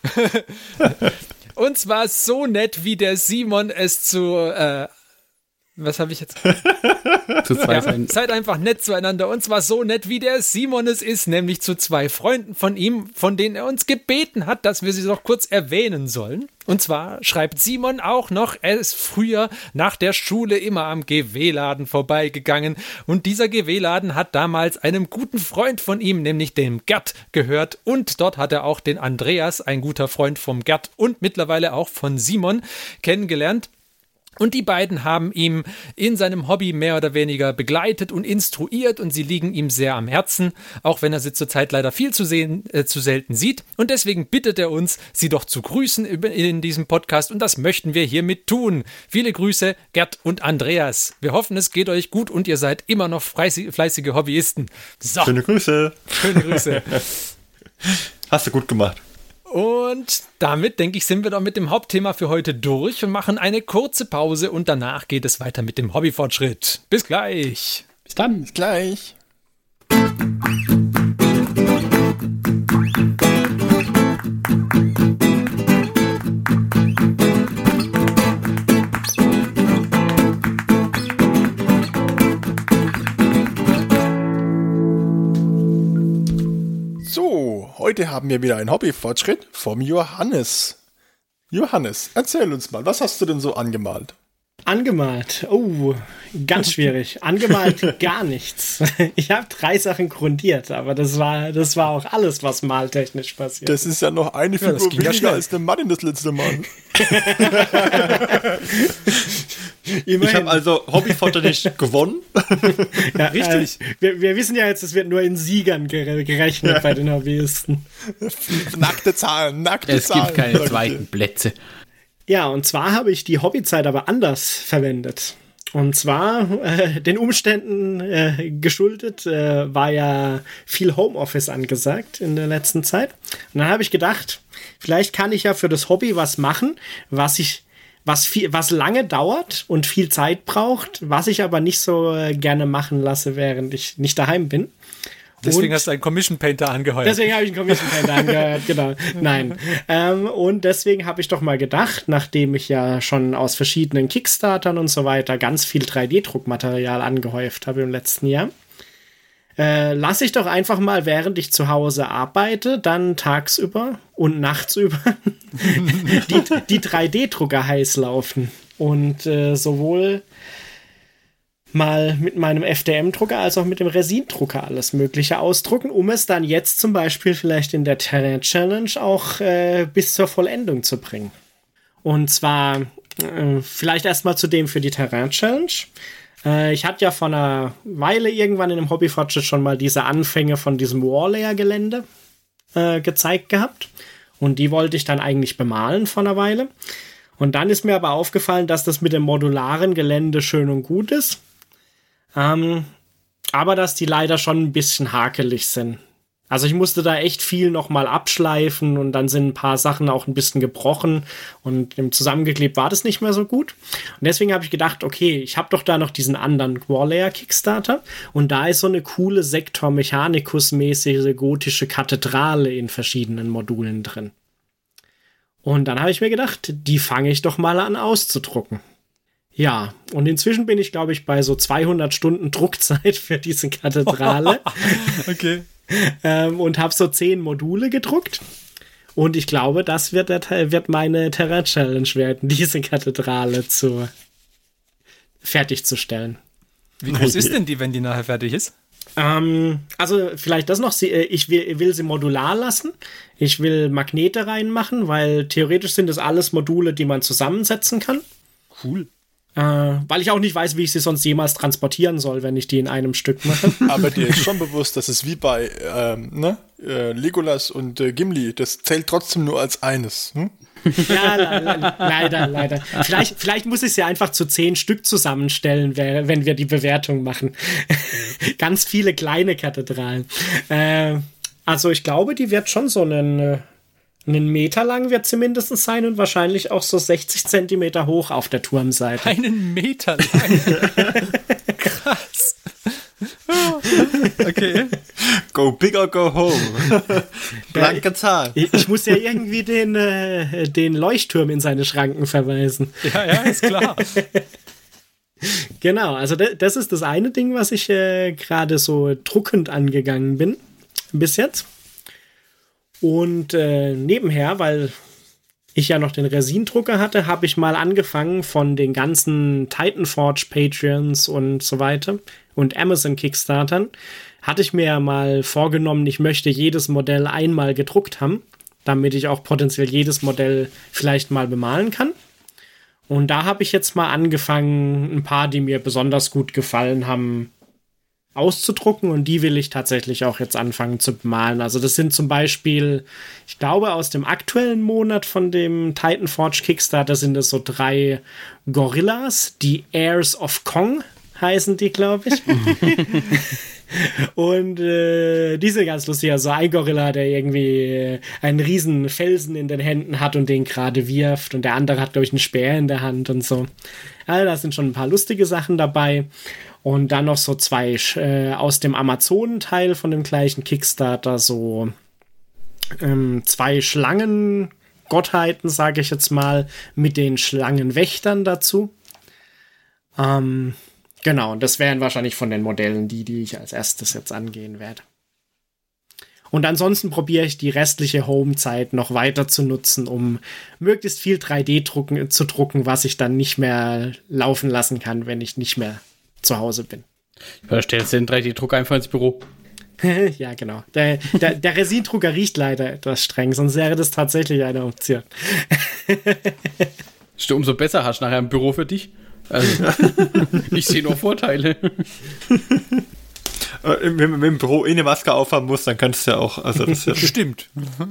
Und zwar so nett, wie der Simon es zu, äh, was habe ich jetzt? Zu zwei Ja, sein. seid einfach nett zueinander und zwar so nett, wie der Simon es ist, nämlich zu zwei Freunden von ihm, von denen er uns gebeten hat, dass wir sie doch kurz erwähnen sollen. Und zwar schreibt Simon auch noch, er ist früher nach der Schule immer am G W-Laden vorbeigegangen und dieser G W-Laden hat damals einem guten Freund von ihm, nämlich dem Gerd, gehört und dort hat er auch den Andreas, ein guter Freund vom Gerd und mittlerweile auch von Simon, kennengelernt. Und die beiden haben ihm in seinem Hobby mehr oder weniger begleitet und instruiert und sie liegen ihm sehr am Herzen, auch wenn er sie zurzeit leider viel zu, sehen, äh, zu selten sieht. Und deswegen bittet er uns, sie doch zu grüßen in diesem Podcast und das möchten wir hiermit tun. Viele Grüße, Gerd und Andreas. Wir hoffen, es geht euch gut und ihr seid immer noch fleißige Hobbyisten. So, Schöne Grüße. schöne Grüße. Hast du gut gemacht. Und damit, denke ich, sind wir doch mit dem Hauptthema für heute durch und machen eine kurze Pause und danach geht es weiter mit dem Hobbyfortschritt. Bis gleich. Bis dann. Bis gleich. heute haben wir wieder einen Hobbyfortschritt vom Johannes. Johannes, erzähl uns mal, was hast du denn so angemalt? Angemalt? Oh, ganz schwierig. Angemalt gar nichts. Ich habe drei Sachen grundiert, aber das war, das war auch alles, was maltechnisch passiert. Das ist ja noch eine Figur ja, weniger ja als der Martin das letzte Mal. Ich habe also Hobbyfoto nicht gewonnen. Ja, richtig. Äh, wir, wir wissen ja jetzt, es wird nur in Siegern gerechnet ja. bei den Hobbyisten. Nackte Zahlen, nackte es Zahlen. Es gibt keine zweiten Plätze. Ja, und zwar habe ich die Hobbyzeit aber anders verwendet. Und zwar äh, den Umständen äh, geschuldet, äh, war ja viel Homeoffice angesagt in der letzten Zeit. Und dann habe ich gedacht, vielleicht kann ich ja für das Hobby was machen, was ich was viel, was lange dauert und viel Zeit braucht, was ich aber nicht so äh, gerne machen lasse, während ich nicht daheim bin. Deswegen und hast du einen Commission Painter angeheuert. Deswegen habe ich einen Commission Painter angeheuert, genau. Nein. Ähm, und deswegen habe ich doch mal gedacht, nachdem ich ja schon aus verschiedenen Kickstartern und so weiter ganz viel drei D-Druckmaterial angehäuft habe im letzten Jahr, äh, lasse ich doch einfach mal, während ich zu Hause arbeite, dann tagsüber und nachts über die, die drei D-Drucker heiß laufen. Und äh, sowohl mal mit meinem F D M-Drucker als auch mit dem Resin-Drucker alles Mögliche ausdrucken, um es dann jetzt zum Beispiel vielleicht in der Terrain-Challenge auch äh, bis zur Vollendung zu bringen. Und zwar äh, vielleicht erstmal zu dem für die Terrain-Challenge. Äh, ich hatte ja vor einer Weile irgendwann in einem Hobbyfortschritt schon mal diese Anfänge von diesem Warlayer-Gelände äh, gezeigt gehabt. Und die wollte ich dann eigentlich bemalen vor einer Weile. Und dann ist mir aber aufgefallen, dass das mit dem modularen Gelände schön und gut ist. Ähm, aber dass die leider schon ein bisschen hakelig sind. Also ich musste da echt viel nochmal abschleifen und dann sind ein paar Sachen auch ein bisschen gebrochen und im zusammengeklebt war das nicht mehr so gut. Und deswegen habe ich gedacht, okay, ich habe doch da noch diesen anderen Warlayer Kickstarter und da ist so eine coole Sector Mechanicus-mäßige gotische Kathedrale in verschiedenen Modulen drin. Und dann habe ich mir gedacht, die fange ich doch mal an auszudrucken. Ja, und inzwischen bin ich, glaube ich, bei so zweihundert Stunden Druckzeit für diese Kathedrale. Okay. ähm, und habe so zehn Module gedruckt. Und ich glaube, das wird, wird meine Terrain-Challenge werden, diese Kathedrale zu fertigzustellen. Wie groß ist denn die, wenn die nachher fertig ist? Ähm, also vielleicht das noch, ich will, will sie modular lassen. Ich will Magnete reinmachen, weil theoretisch sind das alles Module, die man zusammensetzen kann. Cool. Äh, weil ich auch nicht weiß, wie ich sie sonst jemals transportieren soll, wenn ich die in einem Stück mache. Aber dir ist schon bewusst, dass es wie bei ähm, ne? äh, Legolas und äh, Gimli, das zählt trotzdem nur als eines. Hm? Ja, le le leider, leider. Vielleicht, vielleicht muss ich sie einfach zu zehn Stück zusammenstellen, wenn wir die Bewertung machen. Ganz viele kleine Kathedralen. Äh, also ich glaube, die wird schon so einen... Einen Meter lang wird sie mindestens sein und wahrscheinlich auch so sechzig Zentimeter hoch auf der Turmseite. Einen Meter lang? Krass. Okay. Go big or go home. Blanke Zahl. Ich, ich muss ja irgendwie den, äh, den Leuchtturm in seine Schranken verweisen. Ja, ja, ist klar. Genau, also das ist das eine Ding, was ich äh, gerade so druckend angegangen bin. Bis jetzt. Und äh, nebenher, weil ich ja noch den Resin-Drucker hatte, habe ich mal angefangen von den ganzen Titanforge Patreons und so weiter und Amazon Kickstartern, hatte ich mir ja mal vorgenommen, ich möchte jedes Modell einmal gedruckt haben, damit ich auch potenziell jedes Modell vielleicht mal bemalen kann. Und da habe ich jetzt mal angefangen, ein paar, die mir besonders gut gefallen haben, auszudrucken und die will ich tatsächlich auch jetzt anfangen zu bemalen. Also das sind zum Beispiel, ich glaube aus dem aktuellen Monat von dem Titanforge Kickstarter sind es so drei Gorillas, die Heirs of Kong heißen die, glaube ich. Und äh, die sind ganz lustig. Also ein Gorilla, der irgendwie einen riesen Felsen in den Händen hat und den gerade wirft und der andere hat, glaube ich, einen Speer in der Hand und so. Also da sind schon ein paar lustige Sachen dabei. Und dann noch so zwei äh, aus dem Amazonen-Teil von dem gleichen Kickstarter, so ähm, zwei Schlangengottheiten, sage ich jetzt mal, mit den Schlangenwächtern dazu. Ähm, genau, und das wären wahrscheinlich von den Modellen die, die ich als erstes jetzt angehen werde. Und ansonsten probiere ich die restliche Home-Zeit noch weiter zu nutzen, um möglichst viel drei D-Drucken zu drucken, was ich dann nicht mehr laufen lassen kann, wenn ich nicht mehr zu Hause bin. Da stellst du den drei D-Drucker einfach ins Büro. Ja, genau. Der, der, der Resindrucker riecht leider etwas streng, sonst wäre das tatsächlich eine Option. Ist umso besser, hast du nachher ein Büro für dich. Also, ich sehe nur Vorteile. Wenn man im Büro eh eine Maske aufhaben muss, dann kannst du ja auch. Also das ja Stimmt.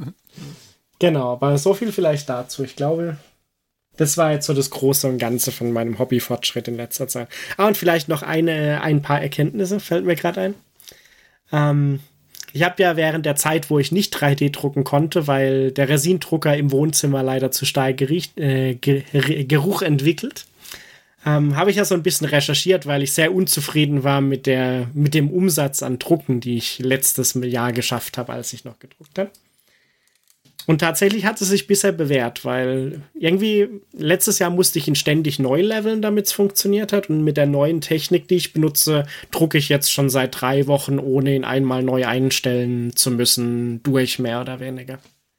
Genau, aber so viel vielleicht dazu. Ich glaube, das war jetzt so das Große und Ganze von meinem Hobbyfortschritt in letzter Zeit. Ah, und vielleicht noch eine, ein paar Erkenntnisse, fällt mir gerade ein. Ähm, ich habe ja während der Zeit, wo ich nicht drei D drucken konnte, weil der Resindrucker im Wohnzimmer leider zu stark Gericht, äh, Geruch entwickelt, ähm, habe ich ja so ein bisschen recherchiert, weil ich sehr unzufrieden war mit, der, mit dem Umsatz an Drucken, die ich letztes Jahr geschafft habe, als ich noch gedruckt habe. Und tatsächlich hat es sich bisher bewährt, weil irgendwie letztes Jahr musste ich ihn ständig neu leveln, damit es funktioniert hat. Und mit der neuen Technik, die ich benutze, drucke ich jetzt schon seit drei Wochen, ohne ihn einmal neu einstellen zu müssen, durch, mehr oder weniger.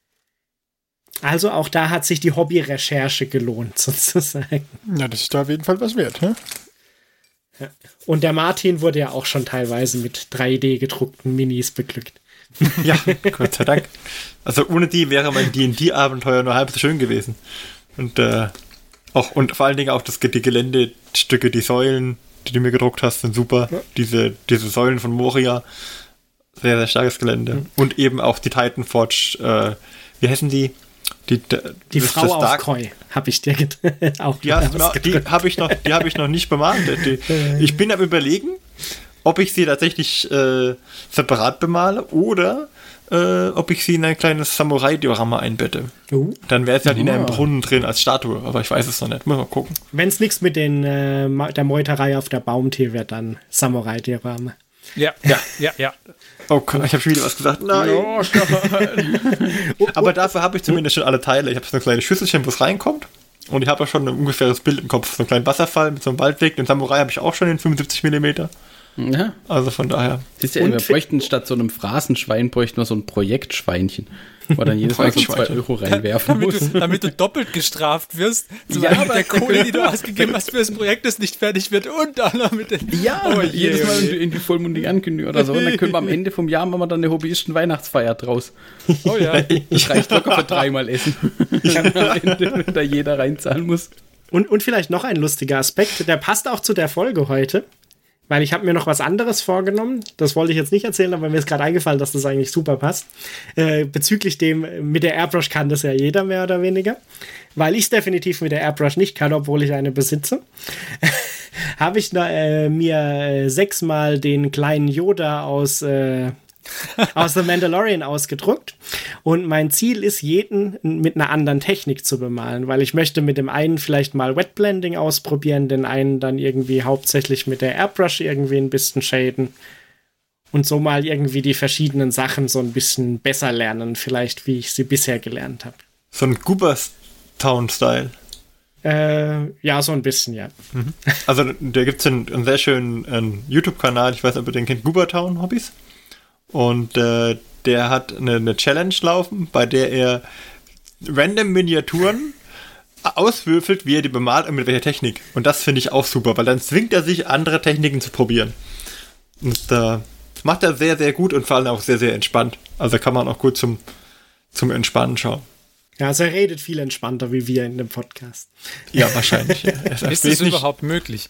Also auch da hat sich die Hobby-Recherche gelohnt, sozusagen. Ja, das ist da auf jeden Fall was wert, ne? Ja. Und der Martin wurde ja auch schon teilweise mit drei D gedruckten Minis beglückt. Ja, Gott sei Dank. Also ohne die wäre mein D und D-Abenteuer nur halb so schön gewesen. Und äh, auch und vor allen Dingen auch das, die Geländestücke, die Säulen, die du mir gedruckt hast, sind super. Ja. Diese, diese Säulen von Moria, sehr, sehr starkes Gelände. Mhm. Und eben auch die Titan Forge, äh, wie heißen die? Die, die, die Frau aus Koi habe ich dir gedrückt. Auch die die habe ich, hab ich noch nicht bemalt. Die, ich bin am Überlegen, ob ich sie tatsächlich äh, separat bemale oder äh, ob ich sie in ein kleines Samurai-Diorama einbette. Uh. Dann wäre es halt uh. in einem Brunnen drin als Statue, aber ich weiß es noch nicht. Muss mal gucken. Wenn es nichts mit den, äh, der Meuterei auf der Baumtee wird, dann Samurai-Diorama. Ja, ja, ja, ja. Oh Gott, ich habe schon wieder was gesagt. Nein. No, aber dafür habe ich zumindest schon alle Teile. Ich habe so eine kleine Schüsselchen, wo es reinkommt. Und ich habe ja schon ein ungefähres Bild im Kopf. So einen kleinen Wasserfall mit so einem Waldweg. Den Samurai habe ich auch schon in fünfundsiebzig Millimeter. Ja. Also von daher. Siehst du, wir bräuchten statt so einem Phrasenschwein bräuchten wir so ein Projektschweinchen, wo dann jedes Mal so zwei Euro reinwerfen damit muss. Du, damit du doppelt gestraft wirst, zum ja, Beispiel mit der Kohle, die du ausgegeben hast für das Projekt, das nicht fertig wird und dann noch mit den... Ja, oh, je, jedes Mal in die vollmundige Ankündigung oder so. Und dann können wir am Ende vom Jahr machen wir dann eine Hobbyisten-Weihnachtsfeier draus. Oh ja. Das reicht locker für dreimal Essen. Am Ende, wenn da jeder reinzahlen muss. Und, und vielleicht noch ein lustiger Aspekt, der passt auch zu der Folge heute. Weil ich habe mir noch was anderes vorgenommen. Das wollte ich jetzt nicht erzählen, aber mir ist gerade eingefallen, dass das eigentlich super passt. Äh, bezüglich dem, mit der Airbrush kann das ja jeder mehr oder weniger. Weil ich es definitiv mit der Airbrush nicht kann, obwohl ich eine besitze. habe ich äh, mir äh, sechsmal den kleinen Yoda aus... Äh, aus The Mandalorian ausgedruckt und mein Ziel ist, jeden mit einer anderen Technik zu bemalen, weil ich möchte mit dem einen vielleicht mal Wetblending ausprobieren, den einen dann irgendwie hauptsächlich mit der Airbrush irgendwie ein bisschen shaden und so mal irgendwie die verschiedenen Sachen so ein bisschen besser lernen, vielleicht wie ich sie bisher gelernt habe. So ein Gooberstown-Style. Äh, ja, so ein bisschen, ja. Mhm. Also da gibt es einen, einen sehr schönen einen YouTube-Kanal, ich weiß nicht, ob ihr den kennt, Goobertown Hobbys. Und äh, der hat eine, eine Challenge laufen, bei der er random Miniaturen auswürfelt, wie er die bemalt und mit welcher Technik. Und das finde ich auch super, weil dann zwingt er sich, andere Techniken zu probieren. Und äh, macht er sehr, sehr gut und vor allem auch sehr, sehr entspannt. Also kann man auch gut zum, zum Entspannen schauen. Ja, also er redet viel entspannter wie wir in dem Podcast. Ja, wahrscheinlich. Ja. Ist das überhaupt möglich?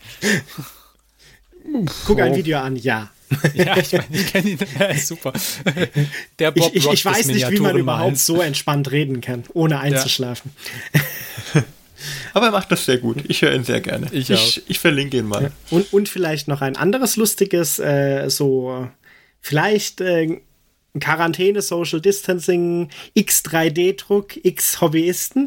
Guck ein Video an, ja. Ja, ich meine, ich kenne ihn. Ja, ist super. Der Bob ich, ich, ich weiß nicht, wie man überhaupt so entspannt reden kann, ohne einzuschlafen. Ja. Aber er macht das sehr gut. Ich höre ihn sehr gerne. Ich, ich, ich verlinke ihn mal. Und, und vielleicht noch ein anderes lustiges, äh, so vielleicht äh, Quarantäne, Social Distancing, X drei D Druck, X Hobbyisten.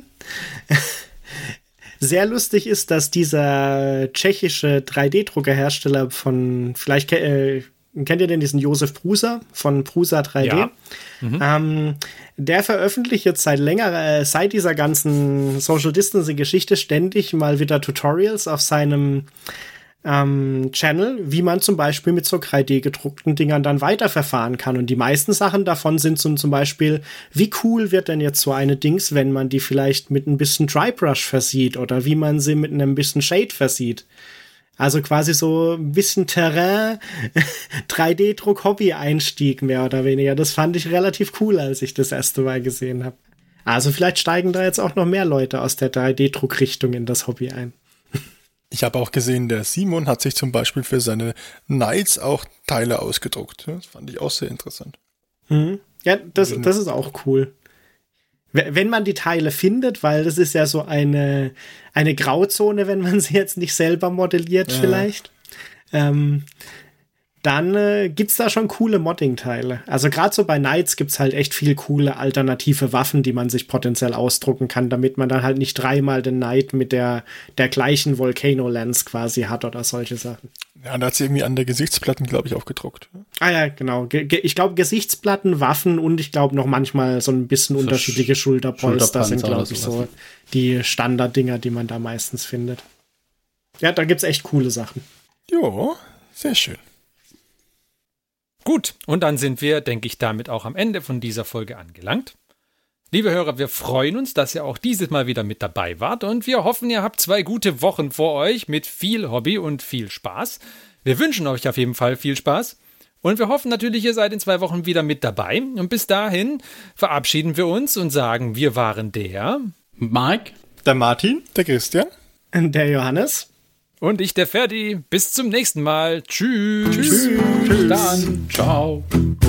Sehr lustig ist, dass dieser tschechische drei D Druckerhersteller von, vielleicht äh, kennt ihr denn diesen Josef Prusa von Prusa drei D? Ja. Mhm. Ähm, der veröffentlicht jetzt seit länger, äh, seit dieser ganzen Social Distancing Geschichte ständig mal wieder Tutorials auf seinem ähm, Channel, wie man zum Beispiel mit so drei D gedruckten Dingern dann weiterverfahren kann. Und die meisten Sachen davon sind so zum Beispiel, wie cool wird denn jetzt so eine Dings, wenn man die vielleicht mit ein bisschen Drybrush versieht oder wie man sie mit einem bisschen Shade versieht. Also quasi so ein bisschen Terrain, drei D-Druck-Hobby-Einstieg mehr oder weniger. Das fand ich relativ cool, als ich das erste Mal gesehen habe. Also vielleicht steigen da jetzt auch noch mehr Leute aus der drei D-Druck-Richtung in das Hobby ein. Ich habe auch gesehen, der Simon hat sich zum Beispiel für seine Knights auch Teile ausgedruckt. Das fand ich auch sehr interessant. Mhm. Ja, das, das ist auch cool. Wenn man die Teile findet, weil das ist ja so eine, eine Grauzone, wenn man sie jetzt nicht selber modelliert ja. vielleicht, ähm, dann äh, gibt's da schon coole Modding-Teile. Also gerade so bei Knights gibt's halt echt viel coole alternative Waffen, die man sich potenziell ausdrucken kann, damit man dann halt nicht dreimal den Knight mit der, der gleichen Volcano-Lens quasi hat oder solche Sachen. Ja, da hat sie irgendwie an der Gesichtsplatten, glaube ich, auch gedruckt. Ah ja, genau. Ge- ge- ich glaube, Gesichtsplatten, Waffen und ich glaube noch manchmal so ein bisschen so unterschiedliche Sch- Schulterpolster sind, glaube ich, so die Standarddinger, die man da meistens findet. Ja, da gibt's echt coole Sachen. Jo, sehr schön. Gut, und dann sind wir, denke ich, damit auch am Ende von dieser Folge angelangt. Liebe Hörer, wir freuen uns, dass ihr auch dieses Mal wieder mit dabei wart und wir hoffen, ihr habt zwei gute Wochen vor euch mit viel Hobby und viel Spaß. Wir wünschen euch auf jeden Fall viel Spaß und wir hoffen natürlich, ihr seid in zwei Wochen wieder mit dabei und bis dahin verabschieden wir uns und sagen, wir waren der Mike, der Martin, der Christian, der Johannes und ich, der Ferdi. Bis zum nächsten Mal. Tschüss. Tschüss. Tschüss. Dann. Ciao.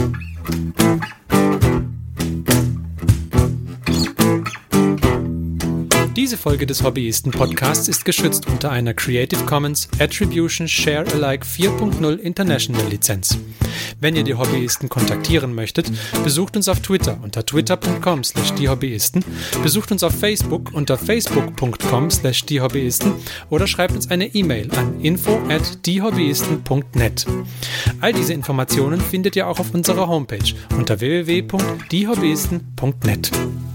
Diese Folge des Hobbyisten-Podcasts ist geschützt unter einer Creative Commons Attribution Share Alike vier Punkt null International Lizenz. Wenn ihr die Hobbyisten kontaktieren möchtet, besucht uns auf Twitter unter twitter punkt com slash die Hobbyisten, besucht uns auf Facebook unter facebook punkt com slash die Hobbyisten oder schreibt uns eine E-Mail an info at diehobbyisten punkt net. All diese Informationen findet ihr auch auf unserer Homepage unter w w w punkt die hobbyisten punkt net.